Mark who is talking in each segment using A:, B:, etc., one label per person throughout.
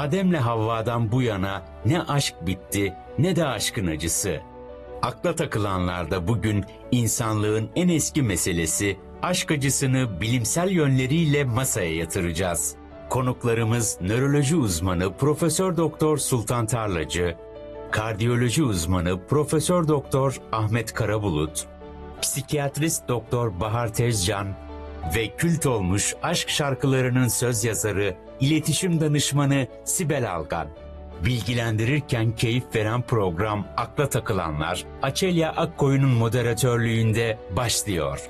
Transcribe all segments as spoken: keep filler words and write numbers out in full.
A: Adem'le Havva'dan bu yana ne aşk bitti ne de aşkın acısı. Akla takılanlarda bugün insanlığın en eski meselesi aşk acısını bilimsel yönleriyle masaya yatıracağız. Konuklarımız nöroloji uzmanı Profesör Doktor Sultan Tarlacı, kardiyoloji uzmanı Profesör Doktor Ahmet Karabulut, psikiyatrist Doktor Bahar Tezcan ve kült olmuş aşk şarkılarının söz yazarı, iletişim danışmanı Sibel Algan. Bilgilendirirken keyif veren program Akla Takılanlar, Açelya Akkoyun'un moderatörlüğünde başlıyor.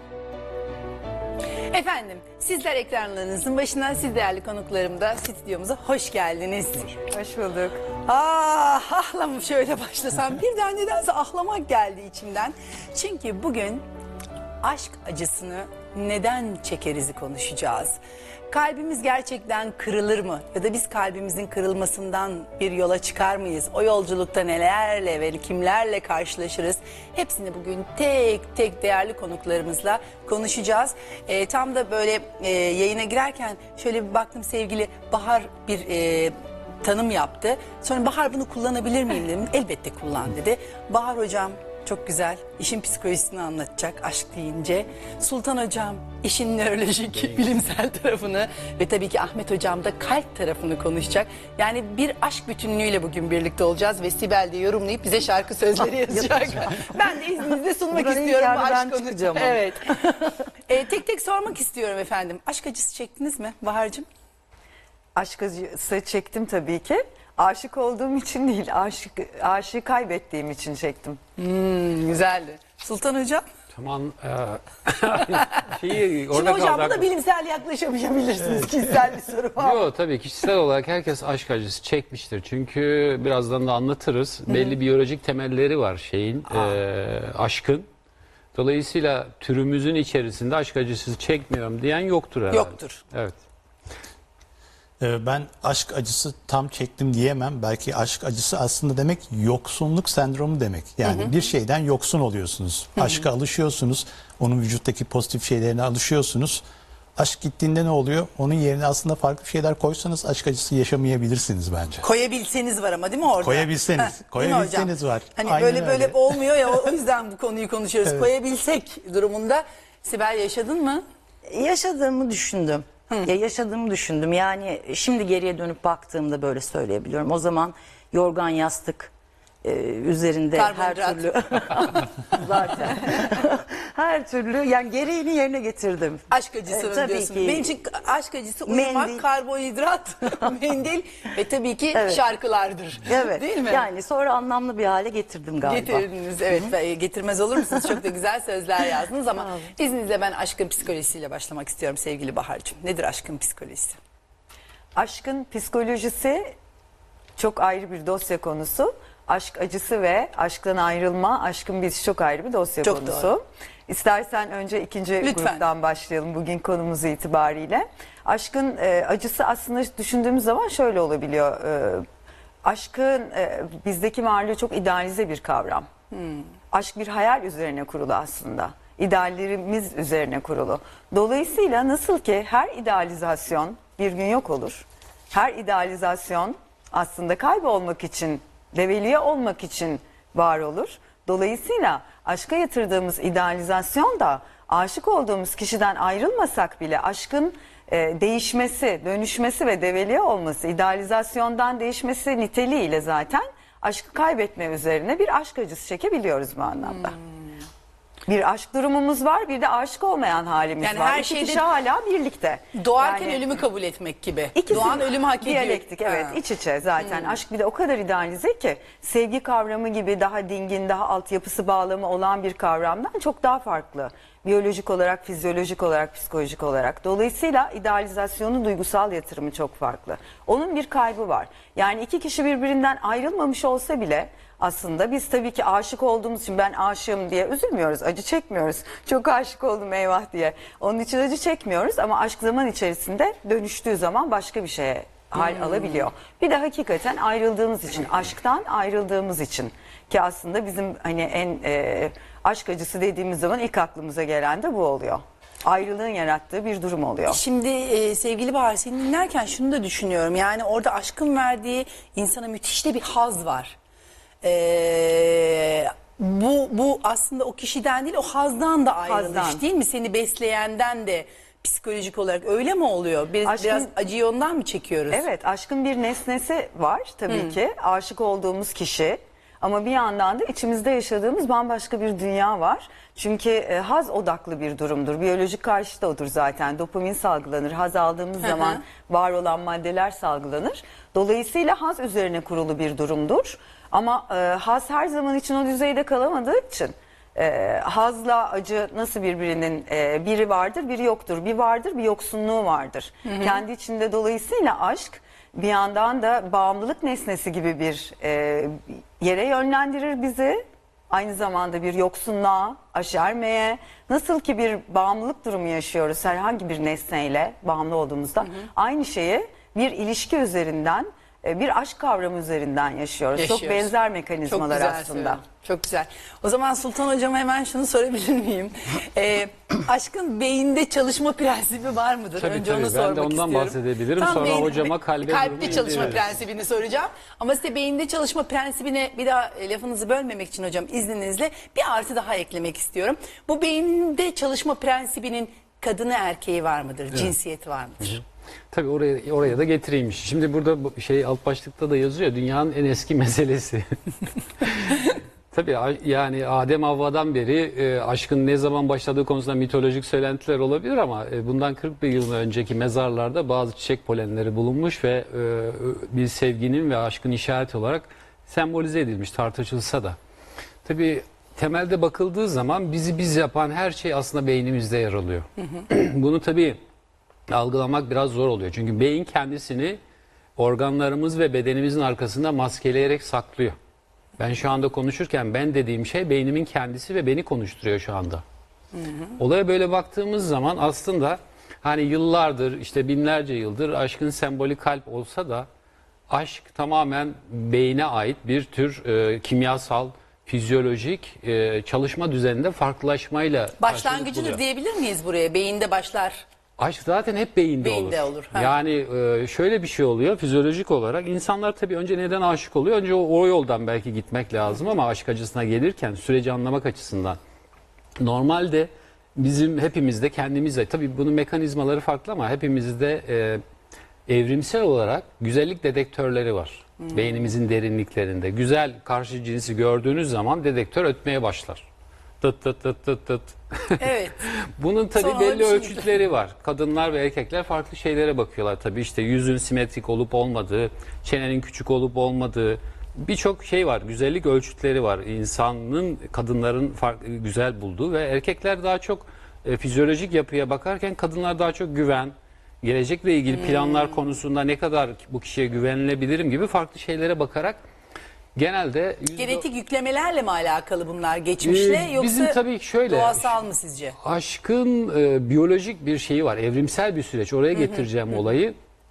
B: Efendim, sizler ekranlarınızın başından, siz değerli konuklarım da stüdyomuza hoş geldiniz.
C: Hoş bulduk.
B: Ah, ahlamam şöyle başlasam. Birden nedense ahlamak geldi içimden. Çünkü bugün aşk acısını neden çekerizi konuşacağız. Kalbimiz gerçekten kırılır mı? Ya da biz kalbimizin kırılmasından bir yola çıkar mıyız? O yolculukta nelerle ve kimlerle karşılaşırız? Hepsini bugün tek tek değerli konuklarımızla konuşacağız. E, tam da böyle e, yayına girerken şöyle bir baktım, sevgili Bahar bir e, tanım yaptı. Sonra Bahar bunu kullanabilir miyim dedim. Elbette kullan dedi. Bahar hocam çok güzel. İşin psikolojisini anlatacak aşk deyince. Sultan hocam işin nörolojik, bilimsel tarafını ve tabii ki Ahmet hocam da kalp tarafını konuşacak. Yani bir aşk bütünlüğüyle bugün birlikte olacağız ve Sibel de yorumlayıp bize şarkı sözleri yazacak. Ben de izninizle sunmak
C: Buradan
B: istiyorum bu
C: ben
B: aşk konu-
C: çıkacağım ama.
B: Evet. e, tek tek sormak istiyorum efendim. Aşk acısı çektiniz mi Bahar'cığım?
C: Aşk acısı çektim tabii ki. Aşık olduğum için değil, aşık, aşığı kaybettiğim için çektim.
B: Hmm, güzeldi. Sultan hocam?
D: Tamam. E, şeyi orada
B: Şimdi hocam
D: kaldı.
B: buna bilimsel yaklaşamayabilirsiniz. Kişisel bir soru var.
D: Yok, tabii kişisel olarak herkes aşk acısı çekmiştir. Çünkü birazdan da anlatırız. Hı-hı. Belli biyolojik temelleri var şeyin, e, aşkın. Dolayısıyla türümüzün içerisinde aşk acısı çekmiyorum diyen yoktur herhalde.
B: Yoktur.
D: Evet.
E: Ben aşk acısı tam çektim diyemem. Belki aşk acısı aslında demek yoksunluk sendromu demek. Yani hı hı. bir şeyden yoksun oluyorsunuz. Hı hı. Aşka alışıyorsunuz. Onun vücuttaki pozitif şeylerine alışıyorsunuz. Aşk gittiğinde ne oluyor? Onun yerine aslında farklı şeyler koysanız aşk acısı yaşamayabilirsiniz bence.
B: Koyabilseniz var ama değil mi orada?
E: Koyabilseniz.
B: Heh,
E: koyabilseniz var.
B: Hani
E: Aynen
B: böyle
E: öyle.
B: böyle olmuyor ya, o yüzden bu konuyu konuşuyoruz.
E: Evet.
B: Koyabilsek durumunda. Sibel yaşadın mı?
F: Yaşadığımı düşündüm. Ya yaşadığımı düşündüm. Yani şimdi geriye dönüp baktığımda böyle söyleyebiliyorum. O zaman yorgan yastık e, üzerinde
B: Karbonhidrat.
F: her türlü zaten her türlü yani gereğini yerine getirdim.
B: Aşk acısı
F: E, tabii
B: diyorsun.
F: ki.
B: Benim için aşk acısı uyumak,
F: Mendil.
B: karbonhidrat, mendil ve tabii ki
F: Evet.
B: şarkılardır.
F: Evet.
B: Değil mi?
F: Yani sonra anlamlı bir hale getirdim galiba.
B: Getirdiniz, evet. Ve getirmez olur musunuz? Çok da güzel sözler yazdınız ama izninizle ben aşkın psikolojisiyle başlamak istiyorum sevgili Bahar'cığım. Nedir aşkın psikolojisi?
C: Aşkın psikolojisi çok ayrı bir dosya konusu. Aşk acısı ve aşktan ayrılma, aşkın bitişi çok ayrı bir dosya
B: Çok
C: konusu.
B: doğru.
C: İstersen önce ikinci
B: Lütfen.
C: gruptan başlayalım bugün konumuz itibariyle. Aşkın e, acısı aslında düşündüğümüz zaman şöyle olabiliyor. E, aşkın e, bizdeki varlığı çok idealize bir kavram. Hmm. Aşk bir hayal üzerine kurulu aslında. İdeallerimiz üzerine kurulu. Dolayısıyla nasıl ki her idealizasyon bir gün yok olur. Her idealizasyon aslında kaybolmak için, develiye olmak için var olur. Dolayısıyla aşka yatırdığımız idealizasyon da aşık olduğumuz kişiden ayrılmasak bile aşkın e, değişmesi, dönüşmesi ve develiye olması, idealizasyondan değişmesi niteliğiyle zaten aşkı kaybetme üzerine bir aşk acısı çekebiliyoruz bu anlamda. Hmm. Bir aşk durumumuz var, bir de aşık olmayan halimiz
B: Yani
C: var.
B: her
C: İki
B: şeyde-
C: kişi hala birlikte.
B: Doğarken
C: Yani-
B: ölümü kabul etmek gibi.
C: İkisi
B: Doğan ölümü hak ediyor.
C: diyalektik, evet,
B: Ha.
C: iç içe zaten. Aşk bir de o kadar idealize ki sevgi kavramı gibi daha dingin, daha altyapısı bağlamı olan bir kavramdan çok daha farklı. Biyolojik olarak, fizyolojik olarak, psikolojik olarak. Dolayısıyla idealizasyonun duygusal yatırımı çok farklı. Onun bir kaybı var. Yani iki kişi birbirinden ayrılmamış olsa bile aslında biz tabii ki aşık olduğumuz için ben aşığım diye üzülmüyoruz, acı çekmiyoruz. Çok aşık oldum eyvah diye. Onun için acı çekmiyoruz ama aşk zaman içerisinde dönüştüğü zaman başka bir şeye hal
B: Hmm.
C: alabiliyor. Bir de hakikaten ayrıldığımız için, aşktan ayrıldığımız için ki aslında bizim hani en e, aşk acısı dediğimiz zaman ilk aklımıza gelen de bu oluyor. ayrılığın yarattığı bir durum oluyor.
B: Şimdi e, sevgili Bahar, seni dinlerken şunu da düşünüyorum. Yani orada aşkın verdiği insana müthiş de bir haz var. E, bu, bu aslında o kişiden değil, o hazdan da ayrılış
C: Hazdan.
B: değil mi? Seni besleyenden de psikolojik olarak öyle mi oluyor? Biz
C: Aşkın-
B: biraz acıyı ondan mı çekiyoruz?
C: Evet, aşkın bir nesnesi var tabii ki. Aşık olduğumuz kişi. Ama bir yandan da içimizde yaşadığımız bambaşka bir dünya var. Çünkü e, haz odaklı bir durumdur. Biyolojik karşıtı da odur zaten. Dopamin salgılanır. Haz aldığımız
B: hı.
C: zaman var olan maddeler salgılanır. Dolayısıyla haz üzerine kurulu bir durumdur. Ama e, haz her zaman için o düzeyde kalamadığı için e, hazla acı nasıl birbirinin e, biri vardır, biri yoktur. Bir vardır, bir yoksunluğu vardır. Kendi içinde dolayısıyla aşk bir yandan da bağımlılık nesnesi gibi bir e, yere yönlendirir bizi. Aynı zamanda bir yoksunluğa, aşermeye, nasıl ki bir bağımlılık durumu yaşıyoruz herhangi bir nesneyle bağımlı olduğumuzda, aynı şeyi bir ilişki üzerinden, e, bir aşk kavramı üzerinden yaşıyoruz. Çok
B: Yaşıyoruz.
C: benzer
B: Çok
C: mekanizmalar
B: güzel
C: aslında.
B: söyledin. Çok güzel. O zaman Sultan Hocama hemen şunu sorabilir miyim? Ee, aşkın beyinde çalışma prensibi var mıdır?
D: Tabii,
B: Önce
D: tabii.
B: onu
D: Ben de
B: sormak
D: ondan
B: istiyorum.
D: bahsedebilirim. Sonra hocama kalbe
B: kalpte
D: durumu
B: çalışma
D: indiririz.
B: prensibini soracağım. Ama size beyinde çalışma prensibine bir daha e, lafınızı bölmemek için hocam izninizle bir artı daha eklemek istiyorum. Bu beyinde çalışma prensibinin kadını erkeği var mıdır? Cinsiyeti var mıdır?
D: Tabii oraya oraya da getireyim. Şimdi burada bu şey alt başlıkta da yazıyor. Dünyanın en eski meselesi. Tabii a- yani Adem Havva'dan beri e, aşkın ne zaman başladığı konusunda mitolojik söylentiler olabilir ama e, bundan kırk bir yıl önceki mezarlarda bazı çiçek polenleri bulunmuş ve e, bir sevginin ve aşkın işareti olarak sembolize edilmiş, tartışılsa da. Tabii temelde bakıldığı zaman bizi biz yapan her şey aslında beynimizde yer alıyor. Bunu tabii algılamak biraz zor oluyor. Çünkü beyin kendisini organlarımız ve bedenimizin arkasında maskeleyerek saklıyor. Ben şu anda konuşurken ben dediğim şey beynimin kendisi ve beni konuşturuyor şu anda. Hı hı. Olaya böyle baktığımız zaman aslında hani yıllardır, işte binlerce yıldır aşkın sembolü kalp olsa da aşk tamamen beyne ait bir tür e, kimyasal, fizyolojik e, çalışma düzeninde farklılaşmayla karşılık
B: Başlangıcıdır
D: buluyor.
B: diyebilir miyiz buraya? Beyinde başlar.
D: Aşk zaten hep beyinde,
B: Beyinde
D: olur.
B: olur, ha.
D: Yani e, şöyle bir şey oluyor fizyolojik olarak. İnsanlar tabii önce neden aşık oluyor? Önce o, o yoldan belki gitmek lazım ama aşk acısına gelirken süreci anlamak açısından. Normalde bizim hepimizde kendimizde tabii bunun mekanizmaları farklı ama hepimizde e, evrimsel olarak güzellik dedektörleri var. Beynimizin derinliklerinde. Güzel karşı cinsi gördüğünüz zaman dedektör ötmeye başlar. Tıt tıt tıt tıt tıt.
B: Evet.
D: Bunun tabii
B: Sonra
D: belli
B: bir şey-
D: ölçütleri var. Kadınlar ve erkekler farklı şeylere bakıyorlar tabii. İşte yüzün simetrik olup olmadığı, çenenin küçük olup olmadığı birçok şey var. Güzellik ölçütleri var. İnsanın, kadınların farklı, güzel bulduğu ve erkekler daha çok e, fizyolojik yapıya bakarken kadınlar daha çok güven, gelecekle ilgili planlar konusunda ne kadar bu kişiye güvenilebilirim gibi farklı şeylere bakarak genelde yüzde-
B: Genetik yüklemelerle mi alakalı bunlar geçmişle
D: Ee,
B: yoksa
D: bizim tabii şöyle-
B: doğasal mı sizce?
D: aşkın e, biyolojik bir şeyi var. Evrimsel bir süreç. Oraya getireceğim olayı.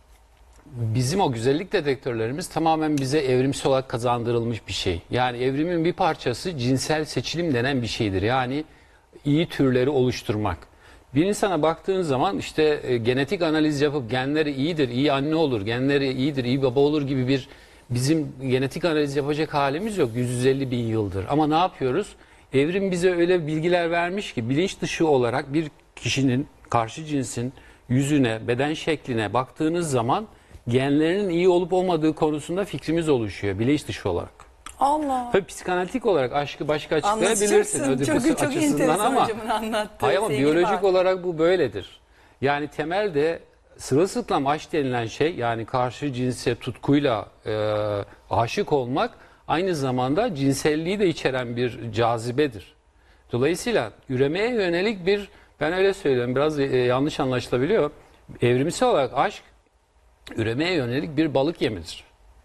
D: Bizim o güzellik dedektörlerimiz tamamen bize evrimsel olarak kazandırılmış bir şey. Yani evrimin bir parçası cinsel seçilim denen bir şeydir. Yani iyi türleri oluşturmak. Bir insana baktığın zaman işte e, genetik analiz yapıp genleri iyidir, iyi anne olur, genleri iyidir, iyi baba olur gibi bir bizim genetik analiz yapacak halimiz yok yüz yüz elli bin yıldır. Ama ne yapıyoruz? Evrim bize öyle bilgiler vermiş ki bilinç dışı olarak bir kişinin, karşı cinsin yüzüne, beden şekline baktığınız zaman genlerinin iyi olup olmadığı konusunda fikrimiz oluşuyor bilinç dışı olarak.
B: Allah.
D: Tabii psikanalitik olarak aşkı başka açıklayabilirsin
B: Anlatacaksın.
D: Ödipus
B: Çok, çok
D: açısından
B: enteresan
D: ama
B: hocamın anlattığı.
D: hayır ama
B: sevgili
D: biyolojik
B: Bahar.
D: olarak bu böyledir. Yani temelde sırılsıklam aşk denilen şey yani karşı cinse tutkuyla e, aşık olmak aynı zamanda cinselliği de içeren bir cazibedir. Dolayısıyla üremeye yönelik bir ben öyle söylüyorum biraz e, yanlış anlaşılabiliyor. Evrimsel olarak aşk üremeye yönelik bir balık yemidir.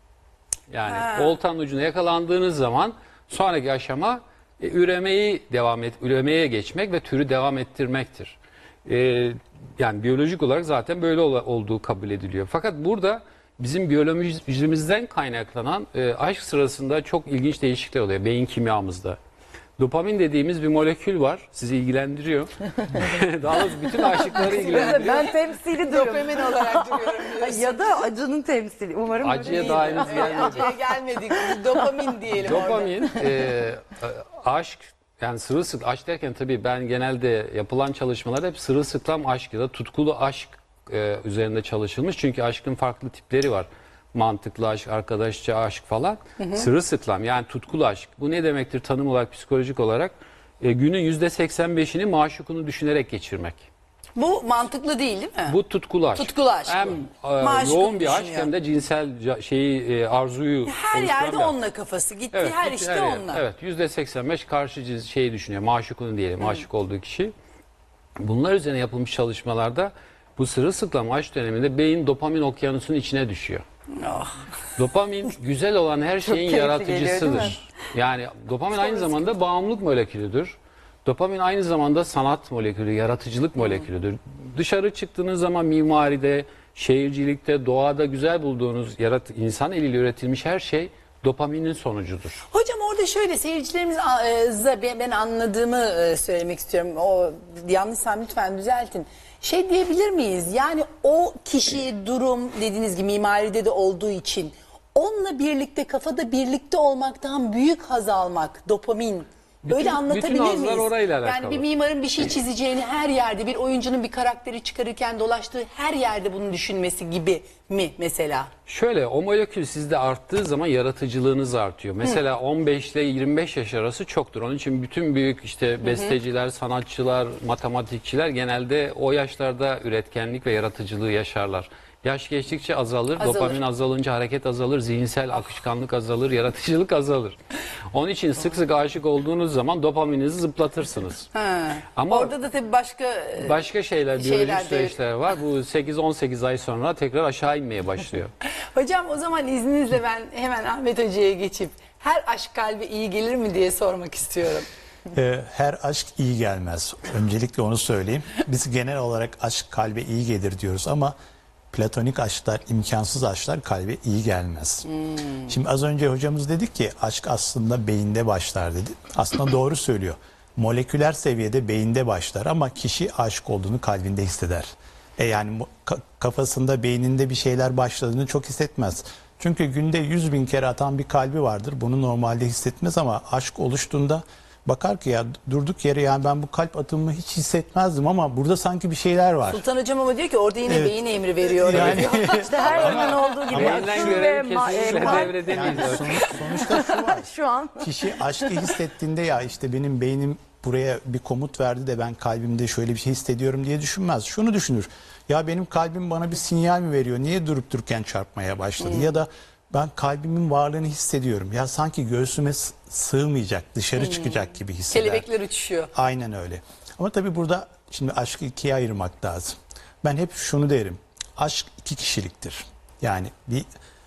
D: Yani
B: Ha.
D: oltanın ucuna yakalandığınız zaman sonraki aşama e, üremeyi devam et, üremeye geçmek ve türü devam ettirmektir. E, yani biyolojik olarak zaten böyle ol- olduğu kabul ediliyor. Fakat burada bizim biyolojimizden kaynaklanan e, aşk sırasında çok ilginç değişiklikler oluyor beyin kimyamızda. Dopamin dediğimiz bir molekül var. Sizi ilgilendiriyor. Daha doğrusu bütün aşıkları ilgilendiriyor.
C: Ben temsili diyorum.
B: Dopamin olarak duruyorum diyorsun.
C: Ya da acının temsili. Umarım
D: Acıya
C: öyle
D: daha
C: değildir.
D: henüz gelmedi.
B: Acıya gelmedik. Dopamin diyelim orada.
D: Dopamin, e, aşk, yani sırılsıklam, aşk derken tabii ben genelde yapılan çalışmalar hep sırılsıklam aşk ya da tutkulu aşk e, üzerinde çalışılmış. Çünkü aşkın farklı tipleri var. Mantıklı aşk, arkadaşça aşk falan. Sırılsıklam, yani tutkulu aşk. Bu ne demektir tanım olarak, psikolojik olarak? E, günün yüzde seksen beşini maşukunu düşünerek geçirmek.
B: Bu mantıklı değil değil mi?
D: Bu tutkulu aşk.
B: Tutkulu aşk
D: Hem
B: bu.
D: e,
B: Maşukunu
D: yoğun bir aşk
B: düşünüyor.
D: hem de cinsel ca- şeyi e, arzuyu
B: Her
D: oluşturan
B: yerde
D: bir aşk.
B: onunla kafası. Gitti
D: Evet,
B: her
D: bütün
B: işte
D: her yer.
B: onunla.
D: Evet, yüzde seksen beş karşı cins şeyi düşünüyor. Maşukunu diyelim, aşık olduğu kişi. Bunlar üzerine yapılmış çalışmalarda bu sırılsıklam aşk döneminde beyin dopamin okyanusunun içine düşüyor.
B: Oh.
D: Dopamin güzel olan her şeyin
C: keyifli geliyor, değil mi?
D: yaratıcısıdır. Yani dopamin aynı zamanda bağımlılık molekülüdür. Dopamin aynı zamanda sanat molekülü, yaratıcılık molekülüdür. Dışarı çıktığınız zaman mimaride, şehircilikte, doğada güzel bulduğunuz yarat insan eliyle üretilmiş her şey dopaminin sonucudur.
B: Hocam orada şöyle seyircilerimize ben anladığımı e, söylemek istiyorum. O yanlışsam lütfen düzeltin. Şey diyebilir miyiz? Yani o kişi, durum dediğiniz gibi mimaride de olduğu için onunla birlikte kafada birlikte olmaktan büyük haz almak, dopamin.
D: Bütün-
B: Öyle anlatabilir
D: bütün hazlar
B: miyiz?
D: orayla
B: Yani
D: alakalı.
B: bir mimarın bir şey çizeceğini her yerde, bir oyuncunun bir karakteri çıkarırken dolaştığı her yerde bunu düşünmesi gibi mi mesela?
D: Şöyle, o molekül sizde arttığı zaman yaratıcılığınız artıyor. Mesela on beş ile yirmi beş yaş arası çoktur. Onun için bütün büyük işte besteciler, sanatçılar, matematikçiler genelde o yaşlarda üretkenlik ve yaratıcılığı yaşarlar. Yaş geçtikçe azalır,
B: Azalır.
D: dopamin azalınca hareket azalır, zihinsel akışkanlık azalır, yaratıcılık azalır. Onun için sık sık aşık olduğunuz zaman dopamininizi zıplatırsınız.
B: Ha.
D: Ama
B: Orada da tabii başka e,
D: başka şeyler,
B: şeyler
D: biyolojik
B: de-
D: süreçler var. Bu sekiz on sekiz ay sonra tekrar aşağı inmeye başlıyor.
B: Hocam o zaman izninizle ben hemen Ahmet Hoca'ya geçip her aşk kalbe iyi gelir mi diye sormak istiyorum.
E: Ee, her aşk iyi gelmez. Öncelikle onu söyleyeyim. Biz genel olarak aşk kalbe iyi gelir diyoruz ama platonik aşklar, imkansız aşklar kalbe iyi gelmez. Şimdi az önce hocamız dedik ki aşk aslında beyinde başlar dedi. Aslında doğru söylüyor. Moleküler seviyede beyinde başlar ama kişi aşık olduğunu kalbinde hisseder. E yani mu- ka- kafasında, beyninde bir şeyler başladığını çok hissetmez. Çünkü günde yüz bin kere atan bir kalbi vardır. Bunu normalde hissetmez ama aşk oluştuğunda bakar ki ya durduk yere yani ben bu kalp atımını hiç hissetmezdim ama burada sanki bir şeyler var.
B: Sultan Hocam ama diyor ki orada yine
E: Evet.
B: beyin emri veriyor.
E: Yani,
C: İşte her zaman olduğu gibi.
D: Ama elinden
C: akıl
D: görevi
C: ve ma-
D: kesinlikle
C: e, kalp
D: devredemeyiz.
E: yani sonuç- sonuçta şu var.
C: şu an
E: Kişi aşkı hissettiğinde ya işte benim beynim buraya bir komut verdi de ben kalbimde şöyle bir şey hissediyorum diye düşünmez. Şunu düşünür. Ya benim kalbim bana bir sinyal mi veriyor? Niye durup dururken çarpmaya başladı? Ya da ben kalbimin varlığını hissediyorum. Ya sanki göğsüme s- sığmayacak, dışarı çıkacak gibi hisseder.
B: Kelebekler uçuşuyor.
E: Aynen öyle. Ama tabii burada şimdi aşkı ikiye ayırmak lazım. Ben hep şunu derim. Aşk iki kişiliktir. Yani bir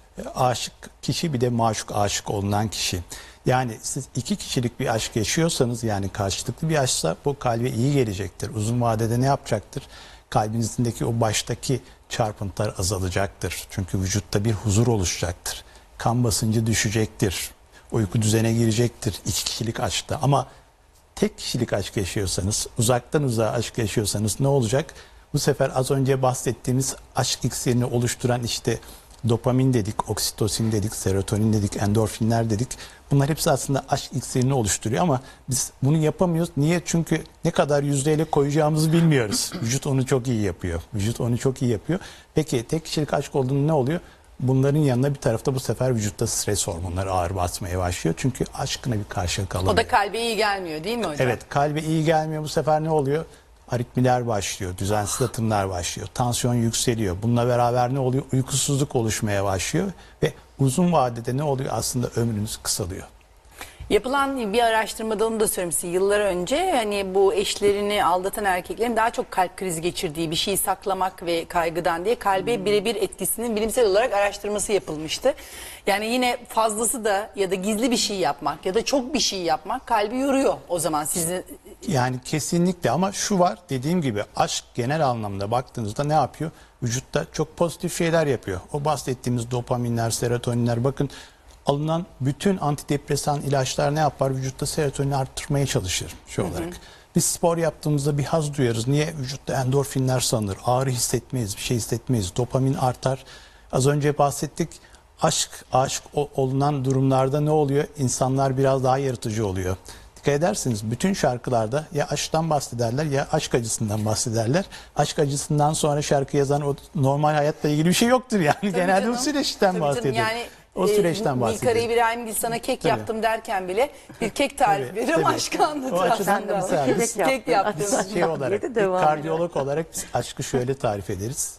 E: aşık kişi bir de maşuk aşık olunan kişi. Yani siz iki kişilik bir aşk yaşıyorsanız yani karşılıklı bir aşksa bu kalbe iyi gelecektir. Uzun vadede ne yapacaktır? Kalbinizdeki o baştaki çarpıntılar azalacaktır. Çünkü vücutta bir huzur oluşacaktır. Kan basıncı düşecektir. Uyku düzene girecektir iki kişilik aşkta. Ama tek kişilik aşk yaşıyorsanız, uzaktan uzağa aşk yaşıyorsanız ne olacak? Bu sefer az önce bahsettiğimiz aşk iksirini oluşturan işte dopamin dedik, oksitosin dedik, serotonin dedik, endorfinler dedik. Bunlar hepsi aslında aşk iksirini oluşturuyor ama biz bunu yapamıyoruz. Niye? Çünkü ne kadar yüzdeyle koyacağımızı bilmiyoruz. Vücut onu çok iyi yapıyor. Vücut onu çok iyi yapıyor. Peki tek kişilik aşk olduğunda ne oluyor? Bunların yanına bir tarafta bu sefer vücutta stres hormonları ağır basmaya başlıyor. Çünkü aşkına bir karşılık alamıyor.
B: O da kalbe iyi gelmiyor değil mi hocam?
E: Evet, kalbe iyi gelmiyor. Bu sefer ne oluyor? Aritmiler başlıyor, düzensiz atımlar başlıyor, tansiyon yükseliyor. Bununla beraber ne oluyor? Uykusuzluk oluşmaya başlıyor ve uzun vadede ne oluyor? Aslında ömrünüz kısalıyor.
B: Yapılan bir araştırmada onu da söylemişsin yıllar önce hani bu eşlerini aldatan erkeklerin daha çok kalp krizi geçirdiği bir şeyi saklamak ve kaygıdan diye kalbe birebir etkisinin bilimsel olarak araştırması yapılmıştı. Yani yine fazlası da ya da gizli bir şey yapmak ya da çok bir şey yapmak kalbi yoruyor o zaman sizin.
E: Yani kesinlikle ama şu var dediğim gibi aşk genel anlamda baktığınızda ne yapıyor? Vücutta çok pozitif şeyler yapıyor. O bahsettiğimiz dopaminler, serotoninler bakın alınan bütün antidepresan ilaçlar ne yapar? Vücutta serotonini arttırmaya çalışır şey olarak. Biz spor yaptığımızda bir haz duyarız. Niye? Vücutta endorfinler salınır. Ağrı hissetmeyiz, bir şey hissetmeyiz. Dopamin artar. Az önce bahsettik. Aşk, aşık o- olunan durumlarda ne oluyor? İnsanlar biraz daha yaratıcı oluyor. Dikkat edersiniz bütün şarkılarda ya aşktan bahsederler ya aşk acısından bahsederler. Aşk acısından sonra şarkı yazan o normal hayatla ilgili bir şey yoktur yani.
B: Tabii
E: Genelde
B: canım.
E: o süreçten
B: Tabii canım.
E: bahsediyor.
B: Yani,
E: o
B: e,
E: süreçten
B: Nilkara
E: bahsediyor.
B: İbrahimgil sana kek
E: Tabii.
B: yaptım derken bile bir kek tarifi
E: Tabii,
B: veririm,
E: tabii.
B: aşkı anlatır
E: O açıdan
B: aslında.
E: mesela biz-
B: Kek
C: Kek
B: yaptım.
C: yaptım.
E: Şey olarak
C: Yedi
E: bir
C: devam
E: kardiyolog olarak biz aşkı şöyle tarif ederiz.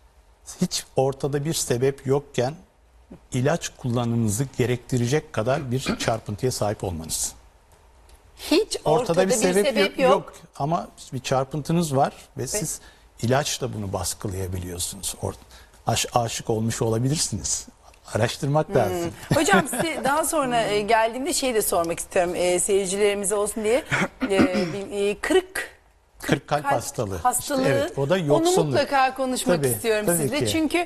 E: Hiç ortada bir sebep yokken ilaç kullanımınızı gerektirecek kadar bir çarpıntıya sahip olmanız.
B: Hiç
E: Ortada, bir sebep, yok, yok ama bir çarpıntınız var ve siz ilaçla bunu baskılayabiliyorsunuz. Or aş aşık olmuş olabilirsiniz. Araştırmak lazım.
B: Hocam size daha sonra e, geldiğimde şey de sormak istiyorum e, seyircilerimize olsun diye. E, bir, e, kırık
E: Kırk kalp hastalığı.
B: hastalığı.
E: İşte evet, o da
B: Onu
E: yoksunluk.
B: mutlaka konuşmak
E: Tabii,
B: istiyorum
E: tabii
B: sizle.
E: ki.
B: Çünkü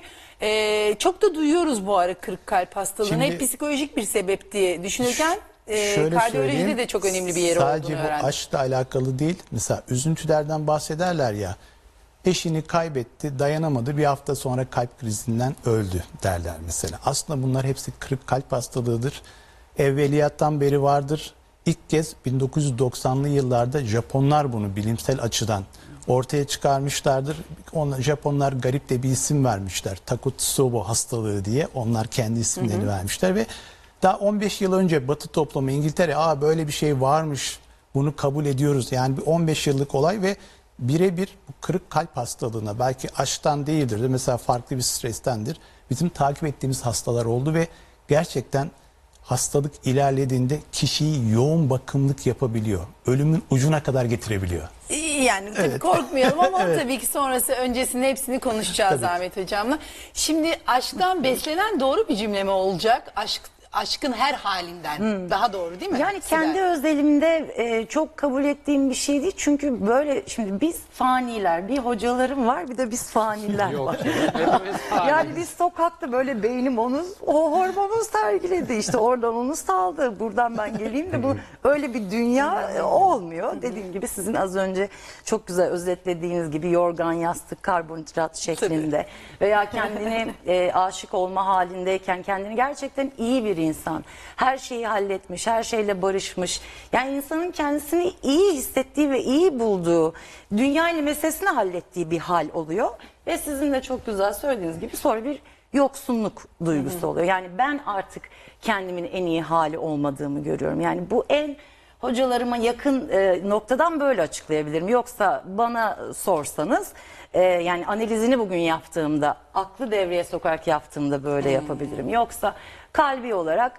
B: e, çok da duyuyoruz bu ara kırık kalp hastalığını.
E: Şimdi-
B: Hep psikolojik bir sebep diye düşünürken e,
E: Şöyle
B: kardiyolojide
E: söyleyeyim,
B: de çok önemli bir yeri
E: sadece
B: olduğunu
E: bu
B: öğrendim.
E: aşkla alakalı değil. Mesela üzüntülerden bahsederler ya. Eşini kaybetti, dayanamadı. Bir hafta sonra kalp krizinden öldü derler mesela. Aslında bunlar hepsi kırık kalp hastalığıdır. Evveliyattan beri vardır. İlk kez bin dokuz yüz doksanlı yıllarda Japonlar bunu bilimsel açıdan ortaya çıkarmışlardır. Onlar, Japonlar garip de bir isim vermişler. Takotsubo hastalığı diye. Onlar kendi isimlerini vermişler ve daha on beş yıl önce Batı toplumu İngiltere, aa böyle bir şey varmış, bunu kabul ediyoruz. Yani bir on beş yıllık olay ve birebir bu kırık kalp hastalığına, belki aşktan değildir de mesela farklı bir strestendir. Bizim takip ettiğimiz hastalar oldu ve gerçekten hastalık ilerlediğinde kişiyi yoğun bakımlık yapabiliyor. Ölümün ucuna kadar getirebiliyor.
B: Yani tabii
E: Evet.
B: korkmayalım ama
E: Evet.
B: tabii ki sonrası öncesinde hepsini konuşacağız
E: Tabii.
B: Ahmet Hocam'la. Şimdi aşktan beslenen doğru bir cümle mi olacak? Aşk aşkın her halinden. Daha doğru değil mi?
F: Yani
B: Sibel?
F: kendi özelimde e, çok kabul ettiğim bir şey değil. Çünkü böyle şimdi biz faniler, bir hocalarım var, bir de biz faniler
D: Yok.
F: var.
D: Hepimiz faniyiz.
F: Yani biz sokakta böyle beynim onu, o hormonu sergiledi. İşte oradan onu saldı. Buradan ben geleyim de bu öyle bir dünya e, olmuyor. Dediğim gibi sizin az önce çok güzel özetlediğiniz gibi yorgan, yastık, karbonhidrat şeklinde veya kendini e, aşık olma halindeyken kendini gerçekten iyi bir insan. Her şeyi halletmiş, her şeyle barışmış. Yani insanın kendisini iyi hissettiği ve iyi bulduğu, dünya ile meselesini hallettiği bir hal oluyor. Ve sizin de çok güzel söylediğiniz gibi sonra bir yoksunluk duygusu oluyor. Yani ben artık kendimin en iyi hali olmadığımı görüyorum. Yani bu en hocalarıma yakın e, noktadan böyle açıklayabilirim. Yoksa bana sorsanız e, yani analizini bugün yaptığımda, aklı devreye sokarak yaptığımda böyle yapabilirim. Yoksa kalbi olarak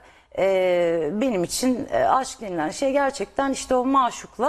F: e, benim için e, aşk denilen şey gerçekten işte o maşukla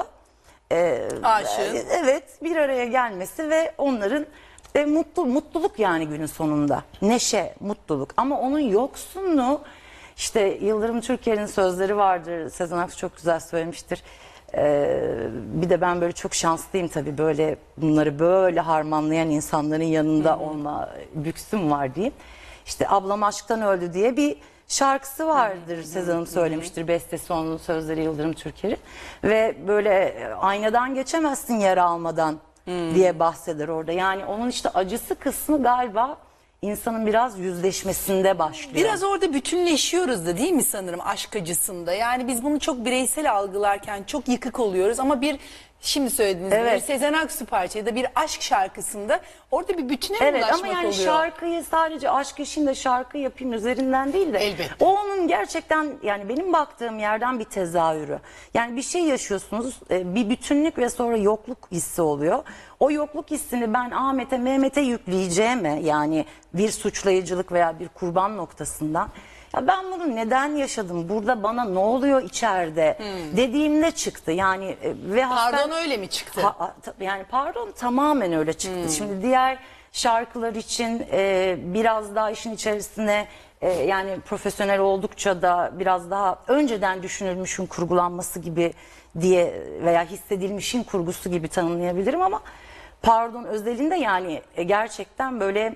F: e,
B: Aşığın.
F: e, evet bir araya gelmesi ve onların e, mutlu mutluluk yani günün sonunda. Neşe, mutluluk ama onun yoksunluğu işte Yıldırım Türker'in sözleri vardır. Sezen Aksu çok güzel söylemiştir. Ee, bir de ben böyle çok şanslıyım tabii böyle bunları böyle harmanlayan insanların yanında olma lüksüm var diyeyim. İşte ablam aşktan öldü diye bir şarkısı vardır. Sezen Hanım söylemiştir. Bestesi onun sözleri Yıldırım Türker'in. Ve böyle e, aynadan geçemezsin yara almadan diye bahseder orada. Yani onun işte acısı kısmı galiba insanın biraz yüzleşmesinde başlıyor.
B: Biraz orada bütünleşiyoruz da değil mi sanırım aşk acısında? Yani biz bunu çok bireysel algılarken çok yıkık oluyoruz ama bir şimdi söylediğiniz gibi
F: Evet.
B: bir Sezen Aksu parçayı da bir aşk şarkısında orada bir bütüne
F: Evet
B: ulaşmak
F: ama yani
B: oluyor.
F: şarkıyı sadece aşk işinde şarkı yapayım üzerinden değil de
B: Elbette.
F: o onun gerçekten yani benim baktığım yerden bir tezahürü. Yani bir şey yaşıyorsunuz e, bir bütünlük ve sonra yokluk hissi oluyor. O yokluk hissini ben Ahmet'e Mehmet'e yükleyeceğime yani bir suçlayıcılık veya bir kurban noktasından ya ben bunu neden yaşadım burada bana ne oluyor içeride dediğimde çıktı yani e, ve
B: Pardon
F: hatta-
B: öyle mi çıktı?
F: Ha- ha- ta- yani pardon tamamen öyle çıktı. Şimdi diğer şarkılar için e, biraz daha işin içerisine e, yani profesyonel oldukça da biraz daha önceden düşünülmüşün kurgulanması gibi diye veya hissedilmişin kurgusu gibi tanımlayabilirim ama pardon özelinde yani e, gerçekten böyle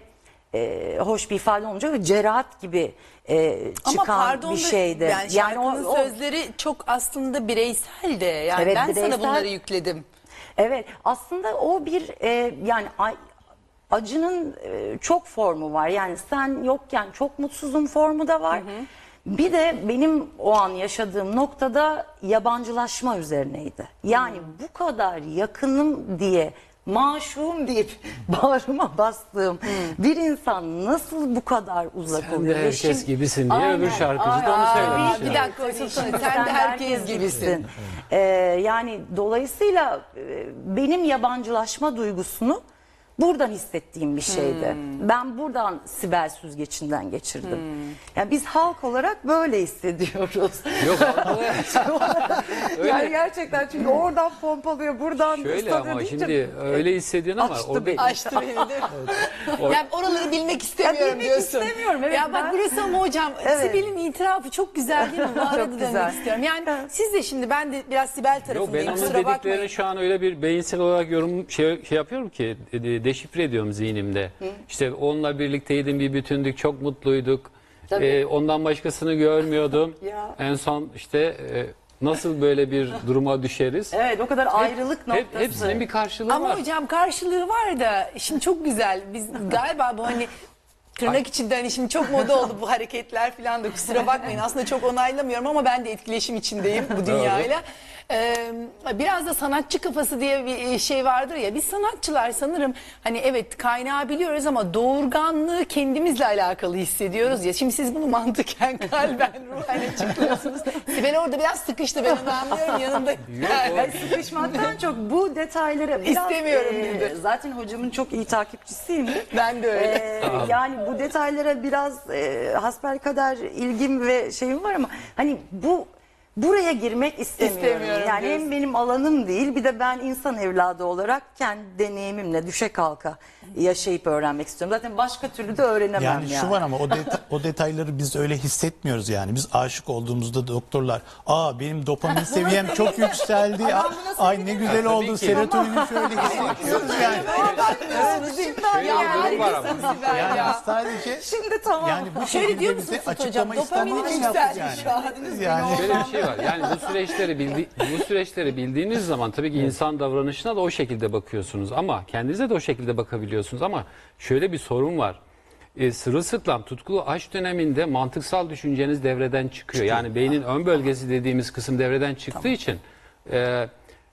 F: e, hoş bir ifade olmayacak ve cerahat gibi e,
B: Ama
F: çıkan
B: pardon
F: bir
B: da,
F: şeydi.
B: yani şarkının sözleri çok aslında bireysel de. Yani
F: Evet,
B: ben
F: bireysel.
B: sana bunları yükledim.
F: Evet, aslında o bir e, yani a- acının e, çok formu var. Yani sen yokken çok mutsuzum formu da var. Bir de benim o an yaşadığım noktada yabancılaşma üzerineydi. Yani bu kadar yakınım diye, maşum deyip bağrıma bastığım bir insan nasıl bu kadar uzak
D: Sen
F: oluyor?
D: de
F: Ve
D: herkes
F: şimdi-
D: gibisin diye
F: Aynen,
D: öbür şarkıcı da onu
F: aynen.
D: söylemiş.
B: Aa, bir
D: yani.
B: dakika
F: Tabii,
B: Sultan,
F: şimdi
B: sen de herkes gibisin.
F: Ee, yani dolayısıyla e, benim yabancılaşma duygusunu buradan hissettiğim bir şeydi.
B: Hmm.
F: Ben buradan Sibel Süzgeç'inden geçirdim. Yani biz halk olarak böyle hissediyoruz.
D: Yok
F: Yani gerçekten çünkü oradan pompalıyor, buradan
D: şöyle
F: ıslatıyor
D: ama
F: deyince-
D: şimdi öyle hissediyorsun ama
F: Açtı
D: orada
F: beni.
B: Açtı beni değil mi? Yani oraları bilmek istemiyorum
F: Ya bilmek
B: diyorsun.
F: istemiyorum, evet,
B: Ya bak
F: ben-
B: burası ama hocam
F: Evet.
B: Sibel'in itirafı çok güzel değil mi? Bu arada
F: Çok
B: dönmek
F: güzel.
B: istiyorum. Yani siz de şimdi ben de biraz Sibel
D: Yok, ben
B: tarafındayım.
D: onun
B: Kusura bakmayın.
D: dediklerini şu an öyle bir beyinsel olarak yorum şey, şey yapıyorum ki e, de- deşifre ediyorum zihnimde. İşte onunla birlikteydim, bir bütündük, çok mutluyduk.
F: Tabii.
D: E, ondan başkasını görmüyordum.
F: Ya.
D: En son işte e, nasıl böyle bir duruma düşeriz?
F: Evet, o kadar ayrılık
D: Hep,
F: noktası.
D: hepsinin bir karşılığı
B: Ama
D: var.
B: hocam karşılığı var da şimdi çok güzel. Biz galiba bu hani tırnak içinde hani şimdi çok moda oldu bu hareketler falan da kusura bakmayın. Aslında çok onaylamıyorum ama ben de etkileşim içindeyim bu dünyayla. Ee, biraz da sanatçı kafası diye bir şey vardır ya. Biz sanatçılar sanırım hani evet kaynağı biliyoruz ama doğurganlığı kendimizle alakalı hissediyoruz ya. Şimdi siz bunu mantıken, kalben, ruhen açıklıyorsunuz. Sibel orada biraz sıkıştı, ben onu anlıyorum yanında.
F: Yani sıkışmaktan çok bu detaylara biraz
B: İstemiyorum
F: e,
B: dedi.
F: zaten hocamın çok iyi takipçisiyim.
B: Ben de öyle.
F: E, yani bu detaylara biraz e, hasbelkader ilgim ve şeyim var ama hani bu buraya girmek istemiyorum.
B: İstemiyorum
F: yani
B: diyorsun.
F: hem benim alanım değil, bir de ben insan evladı olarak kendi deneyimimle düşe kalka yaşayıp öğrenmek istiyorum. Zaten başka türlü de öğrenemem
E: Yani
F: yani.
E: şu var ama o, deta- o detayları biz öyle hissetmiyoruz yani. Biz aşık olduğumuzda doktorlar, aa benim dopamin seviyem çok yükseldi. Ay ne güzel oldu,
D: ki.
E: serotonini şöyle hissediyoruz yani.
D: Şöyle bir durum var ama.
E: Yani
B: ya.
E: biz sadece
F: Şimdi tamam.
E: yani bu
B: Şöyle
E: şekilde
B: diyor
E: bize
B: musunuz hocam?
E: açıklama
B: Dopaminimiz
E: istendiği için yaptık
B: yükselmiş
E: yani.
B: şu an.
E: Yani
D: Şöyle bir şey var. Yani bu süreçleri bildi, bu süreçleri bildiğiniz zaman tabii ki insan davranışına da o şekilde bakıyorsunuz ama kendinize de o şekilde bakabiliyorsunuz ama şöyle bir sorun var. E, sırılsıklam tutkulu aşk döneminde mantıksal düşünceniz devreden çıkıyor. Yani beynin ön bölgesi dediğimiz kısım devreden çıktığı için e,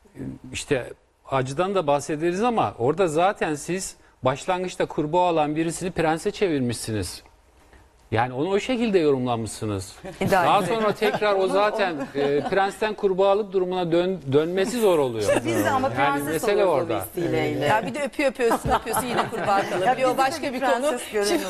D: işte acıdan da bahsederiz ama orada zaten siz başlangıçta kurbağa olan birisini prense çevirmişsiniz. Yani onu o şekilde yorumlamışsınız.
F: İdeal.
D: Daha sonra tekrar o zaten e, prensten kurbağalık durumuna dön, dönmesi zor oluyor.
F: Biz de ama
D: Yani
F: prenses
D: mesele
F: oluyoruz
D: orada.
F: o vesileyle.
B: Ya bir de öpüyor öpüyorsun öpüyorsun yine kurbağa kalabiliyor. O başka bir konu.
F: Prenses görelim.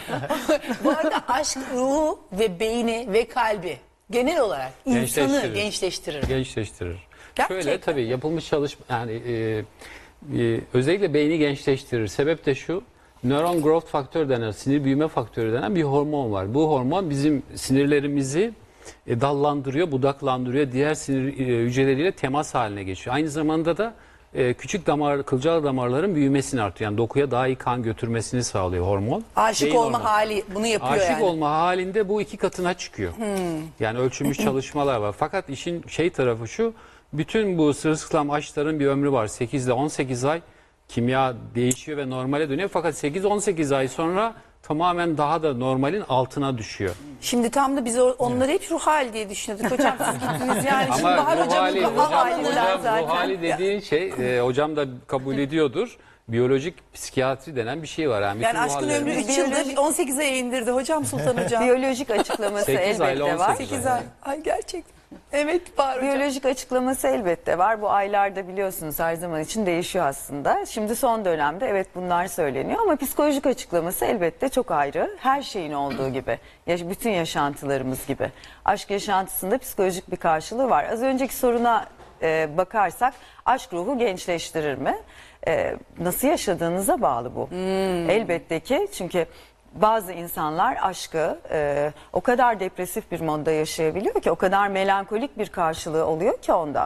B: Bu arada aşk ruhu ve beyni ve kalbi genel olarak insanı
D: Gençleştirir.
B: gençleştirir.
D: Gençleştirir.
B: Gerçekten.
D: Şöyle tabii yapılmış çalışma yani e, e, özellikle beyni gençleştirir. Sebep de şu. Nöron growth faktör denen, sinir büyüme faktörü denen bir hormon var. Bu hormon bizim sinirlerimizi e, dallandırıyor, budaklandırıyor. Diğer sinir e, hücreleriyle temas haline geçiyor. Aynı zamanda da e, küçük damar, kılcal damarların büyümesini artırıyor. Yani dokuya daha iyi kan götürmesini sağlıyor hormon.
B: Aşık
D: Beyin
B: olma
D: hormonu.
B: hali bunu yapıyor
D: Aşık
B: yani.
D: olma halinde bu iki katına çıkıyor. Yani ölçülmüş çalışmalar var. Fakat işin şey tarafı şu, bütün bu sırılsıklam aşkların bir ömrü var. sekiz ile on sekiz ay kimya değişiyor ve normale dönüyor. Fakat sekiz on sekiz ay sonra tamamen daha da normalin altına düşüyor.
B: Şimdi tam da biz o- onları hep ruh hali diye düşünüyorduk. Hocam siz gittiniz yani. Şimdi
D: Ama
B: Bahar
D: ruh
B: hocamın
D: hali,
B: kafa
D: hocam,
B: alanı
D: hocam,
B: zaten.
D: ruh hali dediğin şey, e, hocam da kabul ediyordur. Biyolojik psikiyatri denen bir şey var. Yani,
B: Yani
D: bütün
B: aşkın
D: ruh
B: ömrü
D: hallerimiz-
B: üç yılda on sekize indirdi hocam Sultan hocam.
C: Biyolojik açıklaması
D: sekiz ayla
C: elbette
D: on
C: var.
D: sekiz
B: sekiz ay. Ay gerçekten. Evet Bahar hocam.
C: Biyolojik açıklaması elbette var. Bu aylarda biliyorsunuz her zaman için değişiyor aslında. Şimdi son dönemde evet bunlar söyleniyor ama psikolojik açıklaması elbette çok ayrı. Her şeyin olduğu gibi. Yaş- bütün yaşantılarımız gibi. Aşk yaşantısında psikolojik bir karşılığı var. Az önceki soruna e, bakarsak aşk ruhu gençleştirir mi? E, nasıl yaşadığınıza bağlı bu. Elbette ki çünkü bazı insanlar aşkı e, o kadar depresif bir modda yaşayabiliyor ki, o kadar melankolik bir karşılığı oluyor ki onda.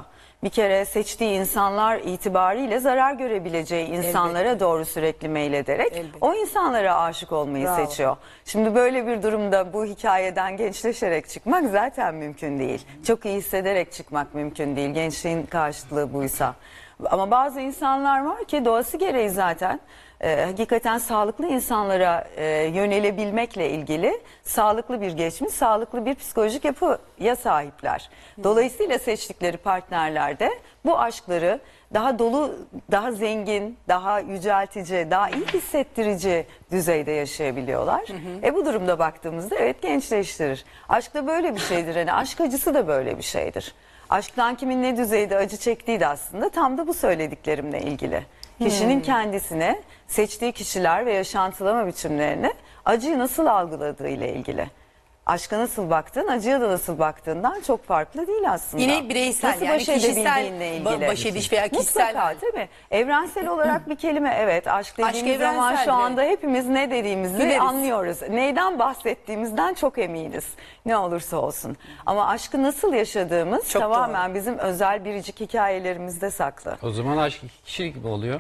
C: bir kere seçtiği insanlar itibariyle zarar görebileceği insanlara
B: Elbette.
C: doğru sürekli meylederek
B: Elbette.
C: o insanlara aşık olmayı
B: Bravo.
C: seçiyor. Şimdi böyle bir durumda bu hikayeden gençleşerek çıkmak zaten mümkün değil. Çok iyi hissederek çıkmak mümkün değil. Gençliğin karşılığı buysa. Ama bazı insanlar var ki doğası gereği zaten e, hakikaten sağlıklı insanlara e, yönelebilmekle ilgili sağlıklı bir geçmiş, sağlıklı bir psikolojik yapıya sahipler. Dolayısıyla seçtikleri partnerlerde bu aşkları daha dolu, daha zengin, daha yüceltici, daha iyi hissettirici düzeyde yaşayabiliyorlar. E bu durumda baktığımızda evet gençleştirir. Aşk da böyle bir şeydir. Yani aşk acısı da böyle bir şeydir. Aşktan kimin ne düzeyde acı çektiği de aslında tam da bu söylediklerimle ilgili. Kişinin kendisine, seçtiği kişiler ve yaşantılama biçimlerini acıyı nasıl algıladığı ile ilgili. Aşka nasıl baktığın, acıya da nasıl baktığından çok farklı değil aslında.
B: Yine bireysel,
C: nasıl
B: yani
C: baş
B: kişisel
C: edebildiğinle
B: ba-
C: ilgili.
B: baş ediş veya kişisel.
C: Mutlaka tabii. Evrensel olarak bir kelime evet. Aşk dediğimiz zaman
B: evrensel,
C: şu anda
B: evet.
C: hepimiz ne dediğimizi
B: Biliriz.
C: anlıyoruz. Neyden bahsettiğimizden çok eminiz. Ne olursa olsun. Ama aşkı nasıl yaşadığımız
B: Çok
C: tamamen bizim özel biricik hikayelerimizde saklı.
D: O zaman aşk iki kişilik mi oluyor?